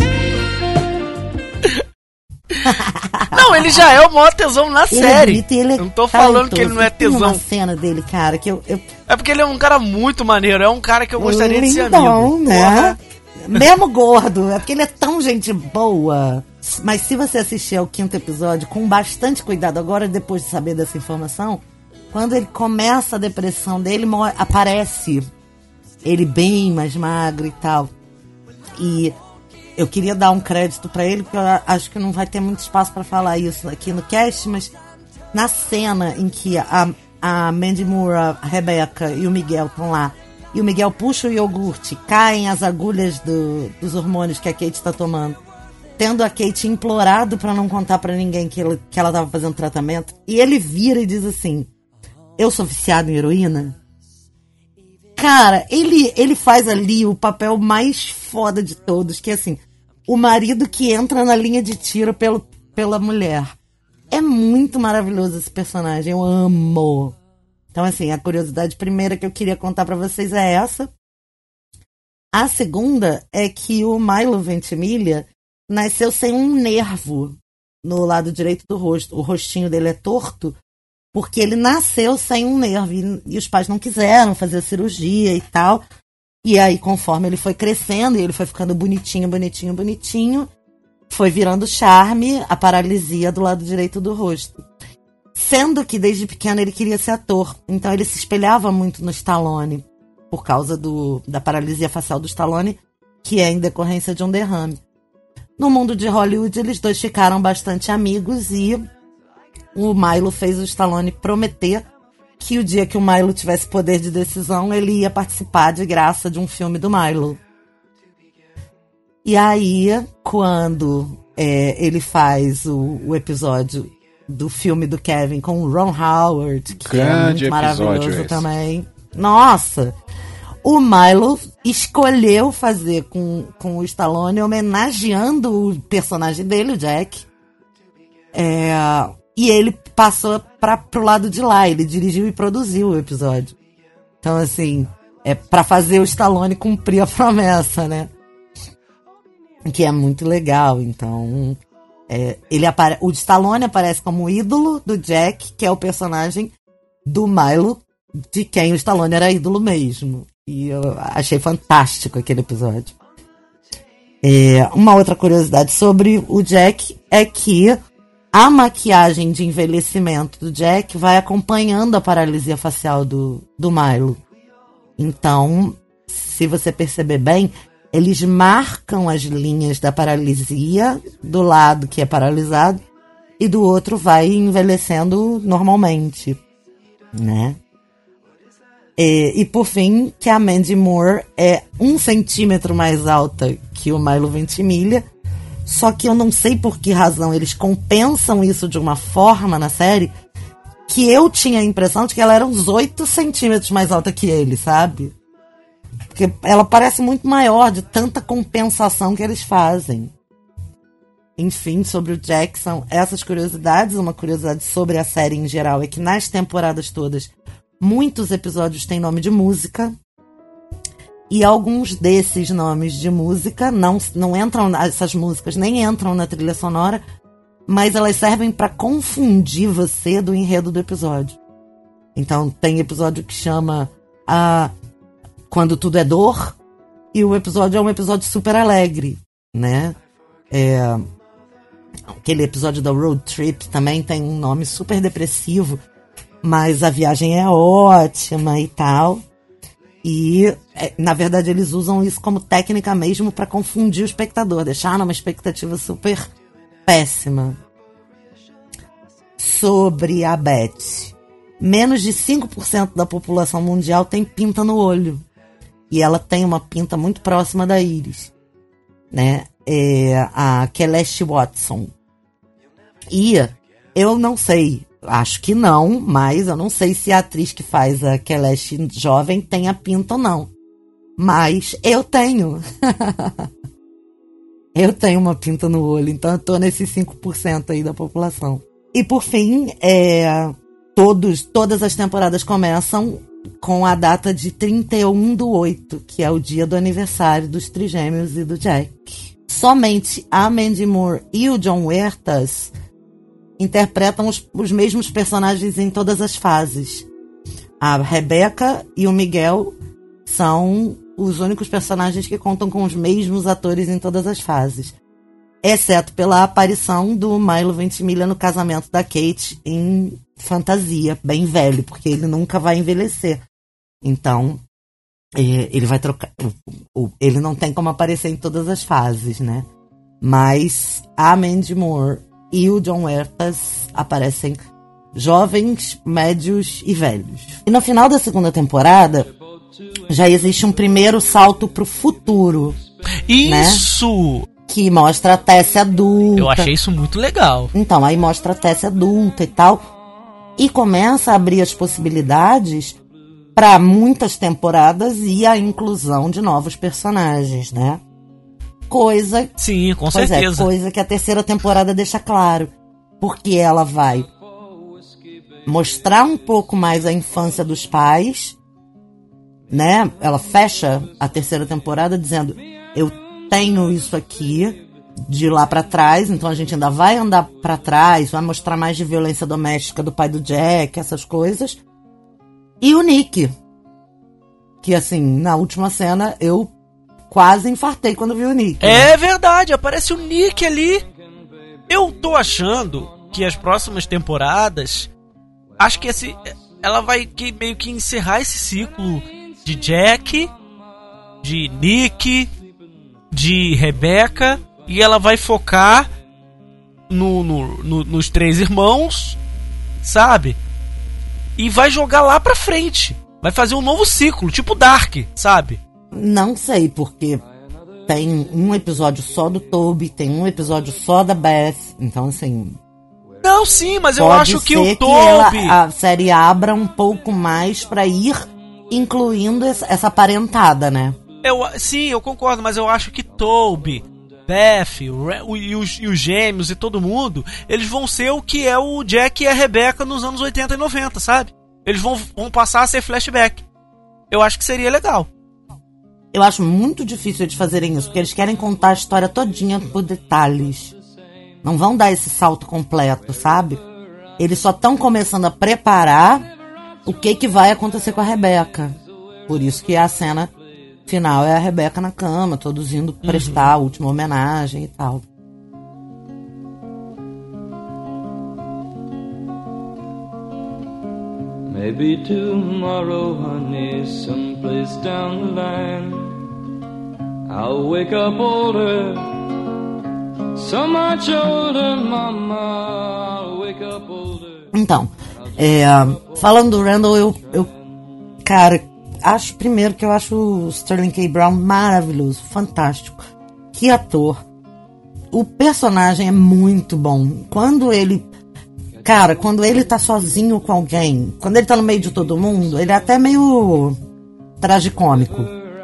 [SPEAKER 4] Não, ele já é o maior tesão na
[SPEAKER 2] Ele é
[SPEAKER 4] série.
[SPEAKER 2] bonito e ele é
[SPEAKER 4] Eu não tô falando que ele não é
[SPEAKER 2] talentoso. Tem uma
[SPEAKER 4] tesão.
[SPEAKER 2] cena dele, cara, que eu
[SPEAKER 4] É porque ele é um cara muito maneiro. É um cara que eu gostaria de ser
[SPEAKER 2] lindão,
[SPEAKER 4] amigo.
[SPEAKER 2] né?
[SPEAKER 4] Porra.
[SPEAKER 2] Mesmo gordo, é porque ele é tão gente boa. Mas se você assistir ao 5º episódio com bastante cuidado, agora depois de saber dessa informação, quando ele começa a depressão dele, aparece ele bem mais magro e tal. E eu queria dar um crédito pra ele, porque eu acho que não vai ter muito espaço pra falar isso aqui no cast, mas na cena em que a Mandy Moore, a Rebecca e o Miguel estão lá, e o Miguel puxa o iogurte, caem as agulhas dos hormônios que a Kate está tomando, tendo a Kate implorado pra não contar pra ninguém que ela tava fazendo tratamento, e ele vira e diz assim: eu sou viciado em heroína. Cara, ele faz ali o papel mais foda de todos, que é assim, o marido que entra na linha de tiro pela mulher. É muito maravilhoso esse personagem, eu amo. Então, assim, a curiosidade primeira que eu queria contar pra vocês é essa. A segunda é que o Milo Ventimiglia nasceu sem um nervo no lado direito do rosto. O rostinho dele é torto, porque ele nasceu sem um nervo. E os pais não quiseram fazer a cirurgia e tal. E aí, conforme ele foi crescendo e ele foi ficando bonitinho, foi virando charme a paralisia do lado direito do rosto. Sendo que desde pequeno ele queria ser ator. Então ele se espelhava muito no Stallone, por causa da paralisia facial do Stallone, que é em decorrência de um derrame. No mundo de Hollywood, eles dois ficaram bastante amigos e o Milo fez o Stallone prometer que o dia que o Milo tivesse poder de decisão, ele ia participar de graça de um filme do Milo. E aí, quando ele faz o episódio do filme do Kevin com o Ron Howard, que
[SPEAKER 3] Grande
[SPEAKER 2] é muito maravilhoso
[SPEAKER 3] esse.
[SPEAKER 2] também. Nossa! O Milo escolheu fazer com o Stallone, homenageando o personagem dele, o Jack. E ele passou pro lado de lá, ele dirigiu e produziu o episódio. Então, assim, pra fazer o Stallone cumprir a promessa, né? Que é muito legal. Então, o Stallone aparece como ídolo do Jack, que é o personagem do Milo, de quem o Stallone era ídolo mesmo. E eu achei fantástico aquele episódio. Uma outra curiosidade sobre o Jack é que a maquiagem de envelhecimento do Jack vai acompanhando a paralisia facial do Milo. Então, se você perceber bem, eles marcam as linhas da paralisia do lado que é paralisado e do outro vai envelhecendo normalmente. né? E por fim, que a Mandy Moore é 1 centímetro mais alta que o Milo Ventimiglia, só que eu não sei por que razão eles compensam isso de uma forma na série, que eu tinha a impressão de que ela era uns 8 centímetros mais alta que ele, sabe? Porque ela parece muito maior de tanta compensação que eles fazem. Enfim, sobre o Jackson, essas curiosidades. Uma curiosidade sobre a série em geral é que nas temporadas todas, muitos episódios têm nome de música. E alguns desses nomes de música não entram, essas músicas nem entram na trilha sonora, mas elas servem para confundir você do enredo do episódio. Então tem episódio que chama Quando Tudo é Dor, e o episódio é um episódio super alegre, né? Aquele episódio da Road Trip também tem um nome super depressivo, mas a viagem é ótima e tal. E, na verdade, eles usam isso como técnica mesmo para confundir o espectador, deixar numa expectativa super péssima. Sobre a Beth, menos de 5% da população mundial tem pinta no olho. E ela tem uma pinta muito próxima da íris, né? A Celeste Watson. E eu não sei, acho que não, mas eu não sei se a atriz que faz a Celeste jovem tem a pinta ou não. Mas eu tenho. Eu tenho uma pinta no olho, então eu tô nesses 5% aí da população. E por fim, todas as temporadas começam com a data de 31/8, que é o dia do aniversário dos trigêmeos e do Jack. Somente a Mandy Moore e o John Huertas interpretam os mesmos personagens em todas as fases. A Rebecca e o Miguel são os únicos personagens que contam com os mesmos atores em todas as fases. Exceto pela aparição do Milo Ventimiglia no casamento da Kate em Fantasia, bem velho, porque ele nunca vai envelhecer. Então, ele vai trocar. Ele não tem como aparecer em todas as fases, né? Mas a Mandy Moore e o John Huertas aparecem jovens, médios e velhos. E no final da segunda temporada, já existe um primeiro salto pro futuro.
[SPEAKER 4] Isso!
[SPEAKER 2] Né? Que mostra a Tessie adulta.
[SPEAKER 4] Eu achei isso muito legal.
[SPEAKER 2] Então, aí mostra a Tessie adulta e tal. E começa a abrir as possibilidades para muitas temporadas e a inclusão de novos personagens, né? Coisa...
[SPEAKER 4] Sim, com certeza.
[SPEAKER 2] Coisa que a terceira temporada deixa claro. Porque ela vai mostrar um pouco mais a infância dos pais, né? Ela fecha a terceira temporada dizendo: eu tenho isso aqui de lá pra trás, então a gente ainda vai andar pra trás, vai mostrar mais de violência doméstica do pai do Jack, essas coisas. E o Nick, que assim, na última cena eu quase infartei quando vi o Nick.
[SPEAKER 4] É verdade, aparece o Nick ali. Eu tô achando que as próximas temporadas, acho que ela vai meio que encerrar esse ciclo de Jack, de Nick, de Rebecca, e ela vai focar nos três irmãos, sabe? E vai jogar lá pra frente. Vai fazer um novo ciclo, tipo Dark, sabe?
[SPEAKER 2] Não sei, porque tem um episódio só do Toby, tem um episódio só da Beth, então assim...
[SPEAKER 4] Não, sim, mas eu acho que o Toby...
[SPEAKER 2] a série abra um pouco mais pra ir incluindo essa parentada, né?
[SPEAKER 4] Sim, eu concordo, mas eu acho que Toby, Beth e os gêmeos e todo mundo, eles vão ser o que é o Jack e a Rebecca nos anos 80 e 90, sabe? Eles vão passar a ser flashback. Eu acho que seria legal.
[SPEAKER 2] Eu acho muito difícil eles fazerem isso, porque eles querem contar a história todinha por detalhes. Não vão dar esse salto completo, sabe? Eles só estão começando a preparar o que vai acontecer com a Rebecca. Por isso que a cena final é a Rebecca na cama, todos indo prestar a última homenagem e tal.
[SPEAKER 7] Maybe tomorrow, honey, someplace down the line, I'll wake up older, so much older, mama, I'll wake up older.
[SPEAKER 2] Então, Falando do Randall, cara, acho primeiro que eu acho o Sterling K. Brown maravilhoso, fantástico. Que ator. O personagem é muito bom. Quando ele tá sozinho com alguém, quando ele tá no meio de todo mundo, ele é até meio tragicômico.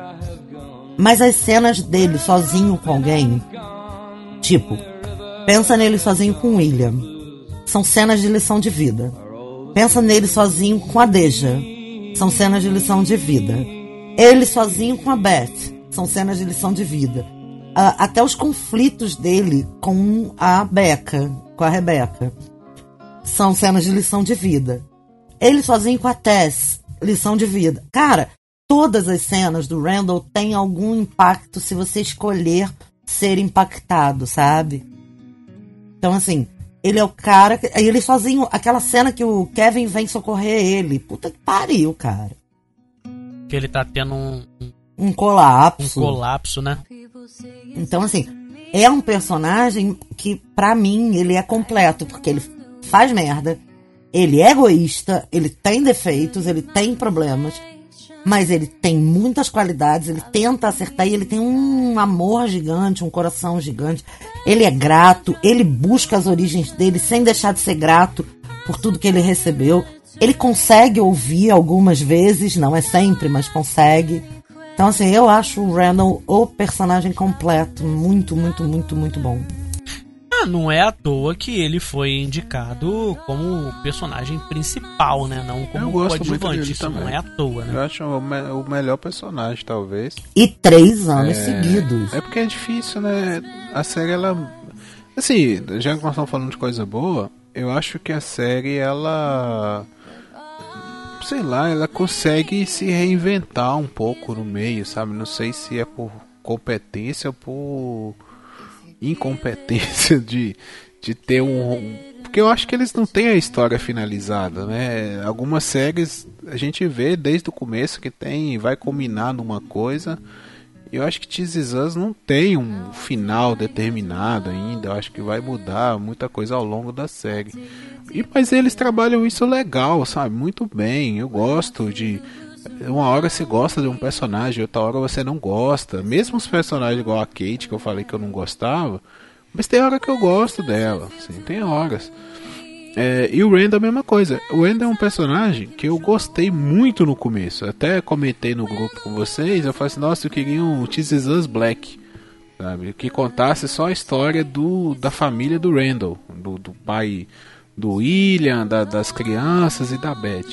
[SPEAKER 2] Mas as cenas dele sozinho com alguém, tipo, pensa nele sozinho com o William, são cenas de lição de vida. Pensa nele sozinho com a Deja, são cenas de lição de vida. Ele sozinho com a Beth, são cenas de lição de vida. Até os conflitos dele com a Becca, com a Rebecca, são cenas de lição de vida. Ele sozinho com a Tess, lição de vida. Cara, todas as cenas do Randall têm algum impacto se você escolher ser impactado, sabe? Então, assim, ele é o cara... Ele sozinho... Aquela cena que o Kevin vem socorrer ele. Puta que pariu, cara.
[SPEAKER 4] Que ele tá tendo
[SPEAKER 2] um colapso.
[SPEAKER 4] Um colapso, né?
[SPEAKER 2] Então, assim, é um personagem que, pra mim, ele é completo. Porque ele faz merda. Ele é egoísta. Ele tem defeitos. Ele tem problemas. Mas ele tem muitas qualidades, ele tenta acertar e ele tem um amor gigante, um coração gigante. Ele é grato, ele busca as origens dele sem deixar de ser grato por tudo que ele recebeu. Ele consegue ouvir algumas vezes, não é sempre, mas consegue. Então, assim, eu acho o Randall o personagem completo, muito, muito, muito, muito bom.
[SPEAKER 4] Não é à toa que ele foi indicado como personagem principal, né? Não como coadjuvante. Isso não é à toa, né?
[SPEAKER 3] Eu acho o melhor personagem, talvez.
[SPEAKER 2] E 3 anos seguidos.
[SPEAKER 3] É porque é difícil, né? A série, ela... Assim, já que nós estamos falando de coisa boa, eu acho que a série, ela... Sei lá, ela consegue se reinventar um pouco no meio, sabe? Não sei se é por competência ou por... incompetência de ter porque eu acho que eles não têm a história finalizada, né? Algumas séries a gente vê desde o começo que vai culminar numa coisa, e eu acho que This Is Us não tem um final determinado ainda. Eu acho que vai mudar muita coisa ao longo da série, mas eles trabalham isso legal, sabe? Muito bem. Eu gosto de... Uma hora você gosta de um personagem, outra hora você não gosta. Mesmo os personagens igual a Kate, que eu falei que eu não gostava, mas tem hora que eu gosto dela, assim, tem horas. E o Randall é a mesma coisa. O Randall é um personagem que eu gostei muito no começo. Até comentei no grupo com vocês, eu falei assim, nossa, eu queria um This Is Us Black, sabe? Que contasse só a história da família do Randall, do pai do William, das crianças e da Beth.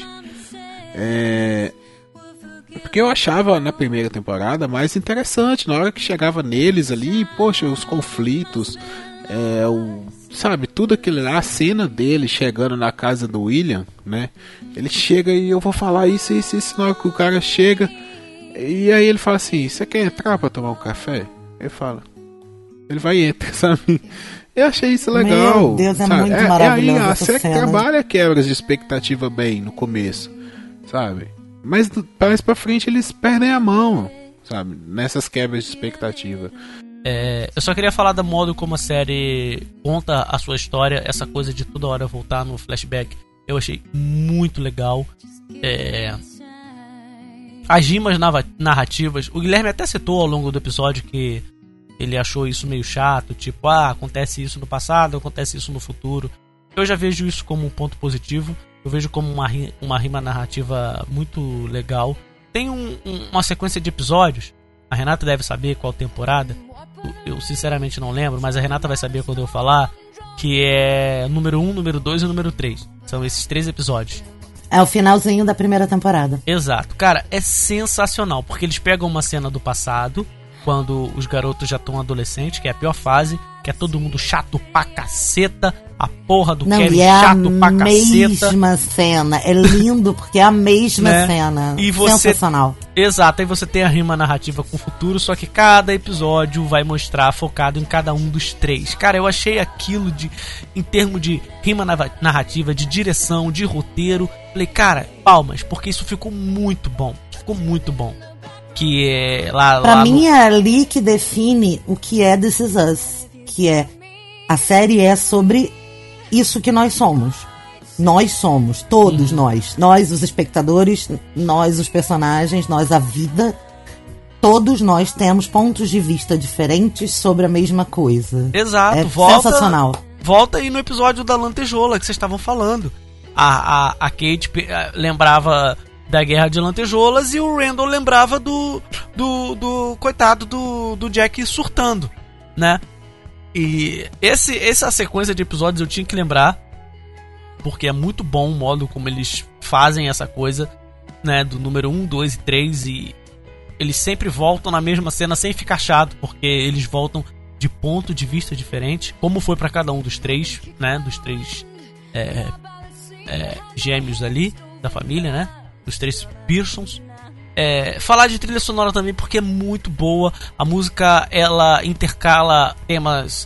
[SPEAKER 3] Porque eu achava na primeira temporada mais interessante, na hora que chegava neles ali, poxa, os conflitos, sabe, tudo aquilo lá, a cena dele chegando na casa do William, né? Ele chega e eu vou falar isso, na hora que o cara chega, e aí ele fala assim, você quer entrar pra tomar um café? Ele vai entrar, sabe? Eu achei isso legal.
[SPEAKER 2] Meu Deus, é muito maravilhoso.
[SPEAKER 3] Aí a série trabalha quebras de expectativa bem no começo, sabe? Mas parece pra frente eles perdem a mão, sabe? Nessas quebras de expectativa.
[SPEAKER 4] Eu só queria falar do modo como a série conta a sua história. Essa coisa de toda hora voltar no flashback, eu achei muito legal. As rimas narrativas, o Guilherme até citou ao longo do episódio que ele achou isso meio chato, tipo, acontece isso no passado, acontece isso no futuro. Eu já vejo isso como um ponto positivo. Eu vejo como uma rima narrativa muito legal. Tem uma sequência de episódios. A Renata deve saber qual temporada. Eu sinceramente não lembro, mas a Renata vai saber quando eu falar. Que é número 1, número 2 e número 3. São esses 3 episódios.
[SPEAKER 2] É o finalzinho da primeira temporada.
[SPEAKER 4] Exato. Cara, é sensacional. Porque eles pegam uma cena do passado, quando os garotos já estão adolescentes, que é a pior fase, que é todo mundo chato pra caceta, a porra do Kevin chato pra caceta.
[SPEAKER 2] É a mesma cena, é lindo porque é a mesma cena,
[SPEAKER 4] e você,
[SPEAKER 2] sensacional.
[SPEAKER 4] Exato, aí você tem a rima narrativa com o futuro, só que cada episódio vai mostrar focado em cada um dos 3. Cara, eu achei aquilo em termos de rima narrativa, de direção, de roteiro, falei, cara, palmas, porque isso ficou muito bom, Que é
[SPEAKER 2] pra mim é ali que define o que é This Is Us, que é a série é sobre isso que nós somos. Nós somos, todos nós. Nós, os espectadores, nós, os personagens, nós, a vida. Todos nós temos pontos de vista diferentes sobre a mesma coisa.
[SPEAKER 4] Exato.
[SPEAKER 2] É
[SPEAKER 4] Volta,
[SPEAKER 2] sensacional.
[SPEAKER 4] Volta aí no episódio da lantejoula que vocês estavam falando. A Kate lembrava da guerra de lantejoulas e o Randall lembrava do coitado do Jack surtando, né? E essa sequência de episódios eu tinha que lembrar, porque é muito bom o modo como eles fazem essa coisa, né? Do número 1, 2 e 3, e eles sempre voltam na mesma cena sem ficar chato, porque eles voltam de ponto de vista diferente, como foi pra cada um dos três, né? Dos três gêmeos ali, da família, né? Dos três Pearsons. Falar de trilha sonora também, porque é muito boa. A música, ela intercala temas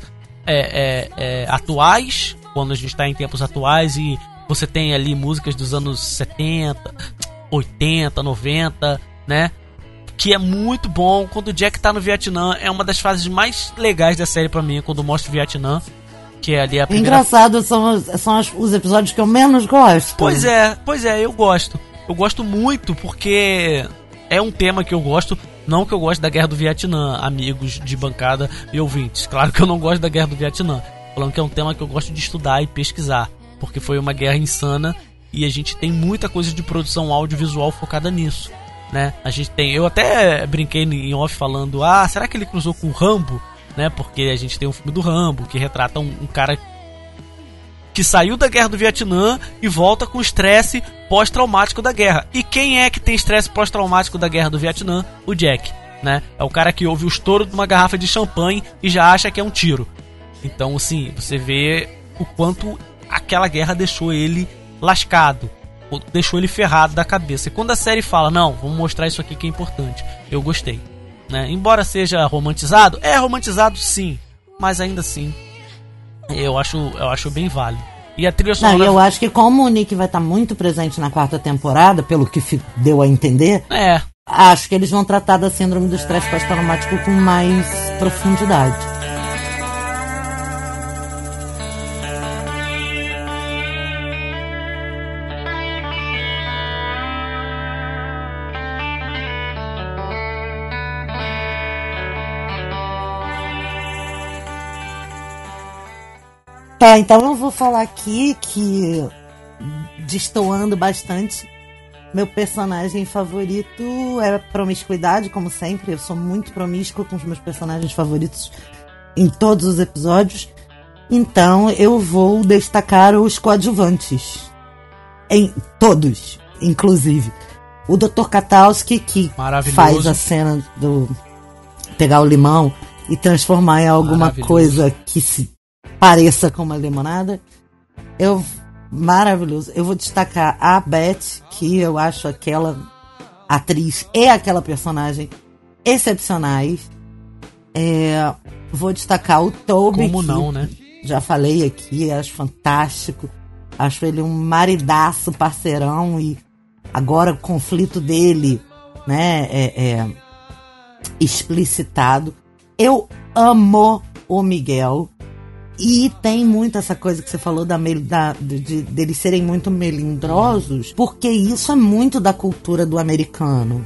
[SPEAKER 4] atuais, quando a gente está em tempos atuais, e você tem ali músicas dos anos 70, 80, 90, né? Que é muito bom. Quando o Jack tá no Vietnã, é uma das fases mais legais da série pra mim, quando mostra o Vietnã, que é ali a primeira...
[SPEAKER 2] Engraçado, são os episódios que eu menos gosto.
[SPEAKER 4] Pois é, eu gosto. Eu gosto muito, porque é um tema que eu gosto. Não que eu gosto da Guerra do Vietnã, amigos de bancada e ouvintes. Claro que eu não gosto da Guerra do Vietnã. Falando que é um tema que eu gosto de estudar e pesquisar, porque foi uma guerra insana e a gente tem muita coisa de produção audiovisual focada nisso, né? A gente tem... Eu até brinquei em off falando, será que ele cruzou com o Rambo? Né? Porque a gente tem um filme do Rambo que retrata um cara que saiu da guerra do Vietnã e volta com estresse pós-traumático da guerra. E quem é que tem estresse pós-traumático da guerra do Vietnã? O Jack, né? É o cara que ouve o estouro de uma garrafa de champanhe e já acha que é um tiro. Então, assim, você vê o quanto aquela guerra deixou ele lascado, deixou ele ferrado da cabeça. E quando a série fala, não, vamos mostrar isso aqui que é importante, eu gostei, né? Embora seja romantizado, é romantizado sim, mas ainda assim eu acho bem válido. E a trilha sonora...
[SPEAKER 2] eu acho que como o Nick vai estar muito presente na 4ª temporada, pelo que deu a entender, acho que eles vão tratar da síndrome do estresse pós-traumático com mais profundidade. Tá, então eu vou falar aqui que, destoando bastante, meu personagem favorito é promiscuidade, como sempre. Eu sou muito promíscua com os meus personagens favoritos em todos os episódios. Então eu vou destacar os coadjuvantes. Em todos, inclusive. O Dr. Katowski, que faz a cena do pegar o limão e transformar em alguma coisa que se pareça com uma limonada. Maravilhoso. Eu vou destacar a Beth, que eu acho aquela atriz e aquela personagem excepcionais. Vou destacar o Toby.
[SPEAKER 4] Como não, né?
[SPEAKER 2] Já falei aqui, acho fantástico. Acho ele um maridaço, parceirão, e agora o conflito dele, né, explicitado. Eu amo o Miguel. E tem muito essa coisa que você falou deles serem muito melindrosos, porque isso é muito da cultura do americano.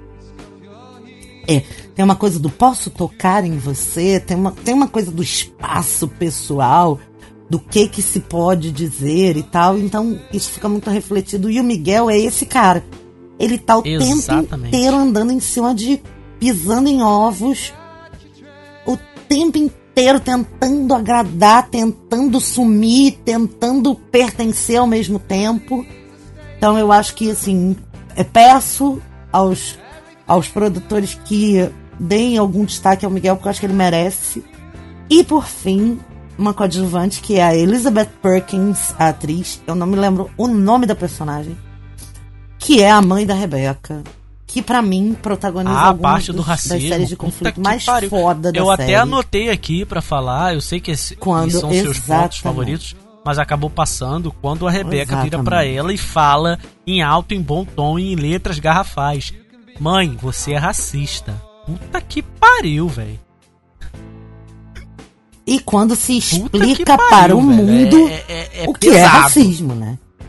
[SPEAKER 2] Tem uma coisa do posso tocar em você, tem uma coisa do espaço pessoal, do que se pode dizer e tal. Então isso fica muito refletido. E o Miguel é esse cara. Ele tá o tempo inteiro andando em cima pisando em ovos, o tempo inteiro tentando agradar, tentando sumir, tentando pertencer ao mesmo tempo. Então eu acho que, assim, peço aos produtores que deem algum destaque ao Miguel, porque eu acho que ele merece. E por fim, uma coadjuvante, que é a Elizabeth Perkins, a atriz. Eu não me lembro o nome da personagem, que é a mãe da Rebecca, que pra mim protagoniza algumas das séries de conflito mais foda da série.
[SPEAKER 4] Eu até anotei aqui pra falar, eu sei que esses são seus pontos favoritos, mas acabou passando quando a Rebecca vira pra ela e fala em alto, em bom tom e em letras garrafais: mãe, você é racista. Puta que pariu, velho.
[SPEAKER 2] E quando se explica para o mundo o que é racismo, né?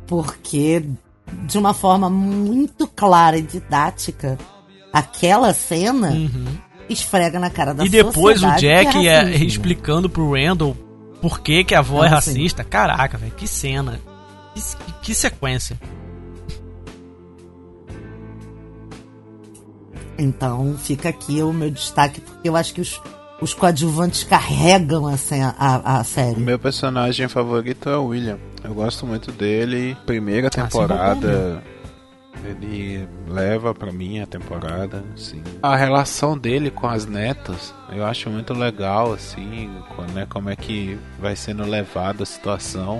[SPEAKER 2] Porque, de uma forma muito clara e didática, aquela cena esfrega na cara da sociedade.
[SPEAKER 4] E depois o Jack
[SPEAKER 2] que é racismo.
[SPEAKER 4] explicando pro Randall por que a avó é racista. Caraca, velho, que cena. Que sequência.
[SPEAKER 2] Então fica aqui o meu destaque, porque eu acho que os coadjuvantes carregam assim, a série.
[SPEAKER 3] Meu personagem favorito é o William. Eu gosto muito dele. Primeira temporada, ele leva pra mim a temporada, assim. A relação dele com as netas, eu acho muito legal, assim, né, como é que vai sendo levada a situação.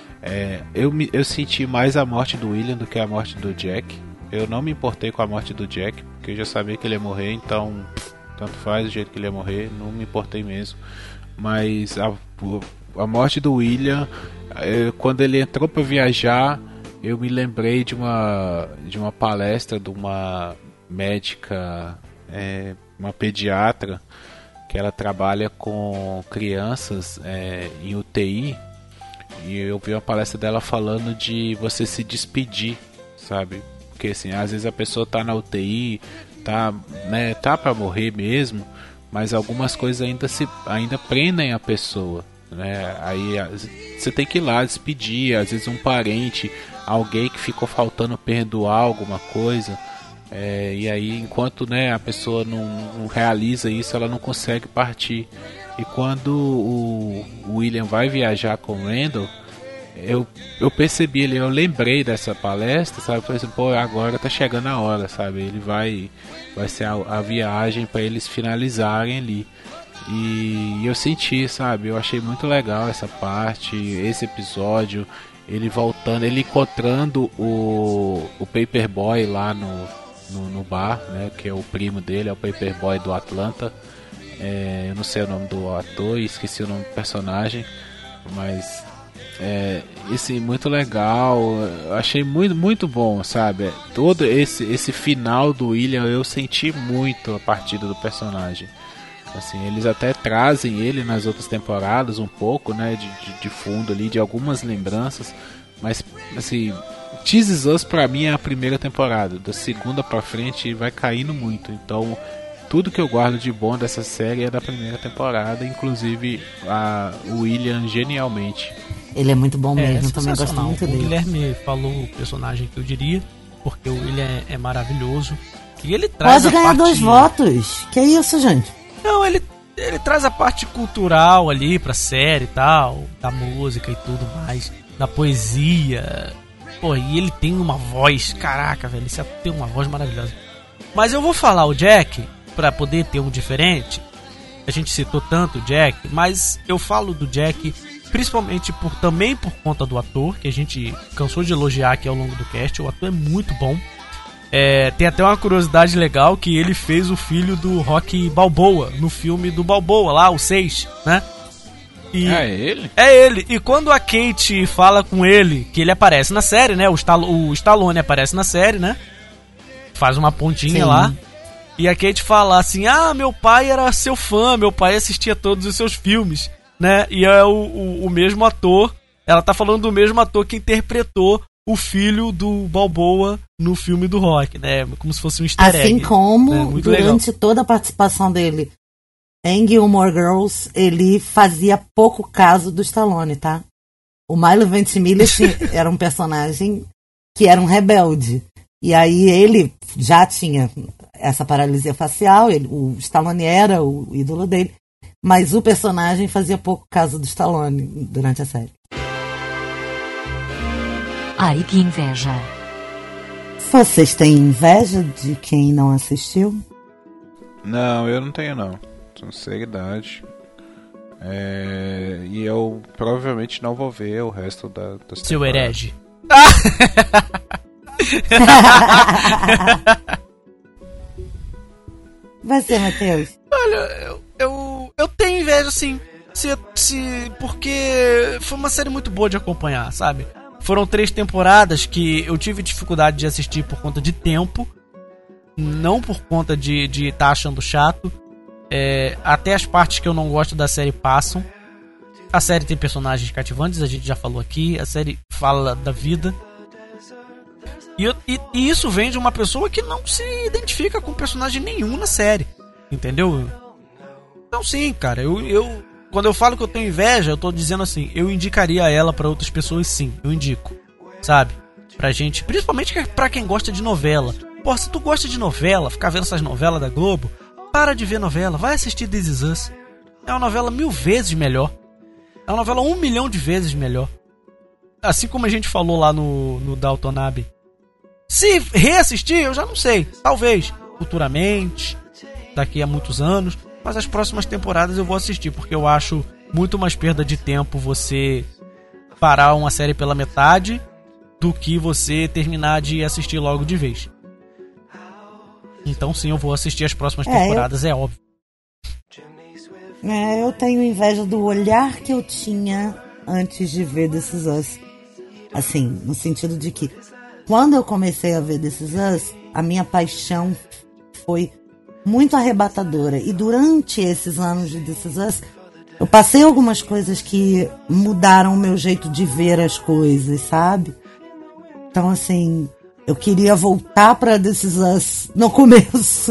[SPEAKER 3] Eu senti mais a morte do William do que a morte do Jack. Eu não me importei com a morte do Jack, porque eu já sabia que ele ia morrer, então tanto faz o jeito que ele ia morrer, não me importei mesmo. Mas a morte do William, quando ele entrou para viajar, eu me lembrei de uma palestra de uma médica, uma pediatra, que ela trabalha com crianças em UTI, e eu vi uma palestra dela falando de você se despedir, sabe? Porque assim, às vezes a pessoa tá na UTI, tá para morrer mesmo, mas algumas coisas ainda prendem a pessoa, né? Aí você tem que ir lá despedir, às vezes um parente, alguém que ficou faltando perdoar alguma coisa, e aí enquanto, né, a pessoa não realiza isso, ela não consegue partir. E quando o William vai viajar com o Randall, eu percebi ele, eu lembrei dessa palestra, sabe? Eu falei assim, pô, agora tá chegando a hora, sabe? Ele vai ser a viagem para eles finalizarem ali. E eu senti, sabe? Eu achei muito legal essa parte, esse episódio, ele voltando, ele encontrando o Paperboy lá no bar, né? Que é o primo dele, é o Paperboy do Atlanta. Eu não sei o nome do ator e esqueci o nome do personagem, mas esse muito legal, eu achei muito, muito bom, sabe? Todo esse final do William eu senti muito a partida do personagem. Assim, eles até trazem ele nas outras temporadas um pouco, né, de fundo ali, de algumas lembranças, mas assim, This Is Us pra mim é a primeira temporada, da segunda pra frente vai caindo muito, então tudo que eu guardo de bom dessa série é da primeira temporada, inclusive o William genialmente.
[SPEAKER 2] Ele é muito bom mesmo, também gosto muito dele.
[SPEAKER 4] O Guilherme falou o personagem que eu diria, porque o William é maravilhoso. E ele traz
[SPEAKER 2] Pode ganhar 2 votos. Que isso, gente?
[SPEAKER 4] Não, ele traz a parte cultural ali pra série e tal, da música e tudo mais, da poesia. Pô, e ele tem uma voz, caraca, velho, ele tem uma voz maravilhosa. Mas eu vou falar o Jack, pra poder ter um diferente. A gente citou tanto o Jack, mas eu falo do Jack principalmente também por conta do ator, que a gente cansou de elogiar aqui ao longo do cast. O ator é muito bom. Tem até uma curiosidade legal que ele fez o filho do Rocky Balboa no filme do Balboa lá, o 6, né?
[SPEAKER 3] É ele?
[SPEAKER 4] É ele. E quando a Kate fala com ele, que ele aparece na série, né? O Stallone aparece na série, né? Faz uma pontinha
[SPEAKER 2] Sim.
[SPEAKER 4] lá. E a Kate fala assim, meu pai era seu fã, meu pai assistia todos os seus filmes, né? E é o mesmo ator, ela tá falando do mesmo ator que interpretou o filho do Balboa no filme do Rock, né? Como se fosse um easter egg.
[SPEAKER 2] Assim como,
[SPEAKER 4] né? Muito
[SPEAKER 2] durante
[SPEAKER 4] legal.
[SPEAKER 2] toda a participação dele em Gilmore Girls, ele fazia pouco caso do Stallone, tá? O Milo Ventimiglia era um personagem que era um rebelde. E aí ele já tinha essa paralisia facial, o Stallone era o ídolo dele, mas o personagem fazia pouco caso do Stallone durante a série.
[SPEAKER 5] Ai, que inveja.
[SPEAKER 2] Vocês têm inveja de quem não assistiu?
[SPEAKER 3] Não, eu não tenho não. Sinceridade. E eu provavelmente não vou ver o resto das
[SPEAKER 4] Seu
[SPEAKER 3] temporadas.
[SPEAKER 4] herege.
[SPEAKER 2] Vai ser, Matheus?
[SPEAKER 4] Olha, eu tenho inveja, assim, porque foi uma série muito boa de acompanhar, sabe? Foram 3 temporadas que eu tive dificuldade de assistir por conta de tempo, não por conta de estar achando chato. Até as partes que eu não gosto da série passam. A série tem personagens cativantes, a gente já falou aqui. A série fala da vida, E isso vem de uma pessoa que não se identifica com personagem nenhum na série. Entendeu? Então sim, cara, quando eu falo que eu tenho inveja, eu tô dizendo assim, eu indicaria ela pra outras pessoas, sim, eu indico, sabe? Pra gente, principalmente pra quem gosta de novela. Pô, se tu gosta de novela, ficar vendo essas novelas da Globo, para de ver novela, vai assistir This Is Us. É uma novela 1000 vezes melhor. É uma novela 1 milhão de vezes melhor. Assim como a gente falou lá no Downton Abbey. Se reassistir, eu já não sei, talvez, futuramente, daqui a muitos anos, mas as próximas temporadas eu vou assistir, porque eu acho muito mais perda de tempo você parar uma série pela metade do que você terminar de assistir logo de vez. Então sim, eu vou assistir as próximas temporadas, é óbvio.
[SPEAKER 2] Eu tenho inveja do olhar que eu tinha antes de ver This Is Us. Assim, no sentido de que quando eu comecei a ver This Is Us, a minha paixão foi muito arrebatadora. E durante esses anos de This Is Us, eu passei algumas coisas que mudaram o meu jeito de ver as coisas, sabe? Então, assim, eu queria voltar pra This Is Us no começo.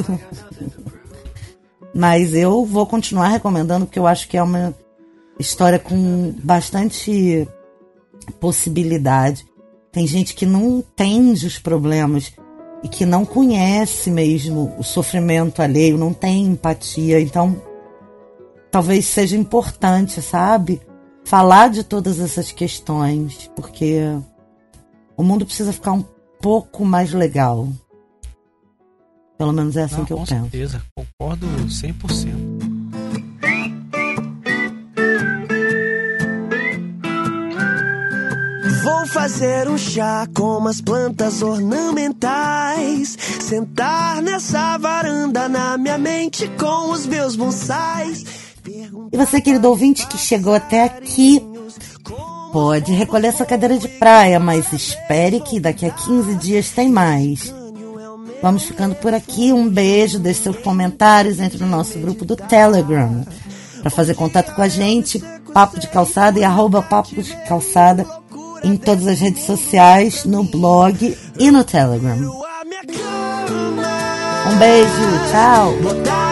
[SPEAKER 2] Mas eu vou continuar recomendando, porque eu acho que é uma história com bastante possibilidade. Tem gente que não entende os problemas e que não conhece mesmo o sofrimento alheio, não tem empatia. Então, talvez seja importante, sabe? Falar de todas essas questões, porque o mundo precisa ficar um pouco mais legal. Pelo menos é assim que eu penso.
[SPEAKER 4] Com certeza, concordo 100%.
[SPEAKER 1] Vou fazer um chá com umas plantas ornamentais, sentar nessa varanda na minha mente com os meus bonsais.
[SPEAKER 2] E você, querido ouvinte que chegou até aqui, pode recolher sua cadeira de praia, mas espere que daqui a 15 dias tem mais. Vamos ficando por aqui. Um beijo, deixe seus comentários, entre no nosso grupo do Telegram. Para fazer contato com a gente, Papo de Calçada e @Papo de Calçada em todas as redes sociais, no blog e no Telegram. Um beijo, tchau!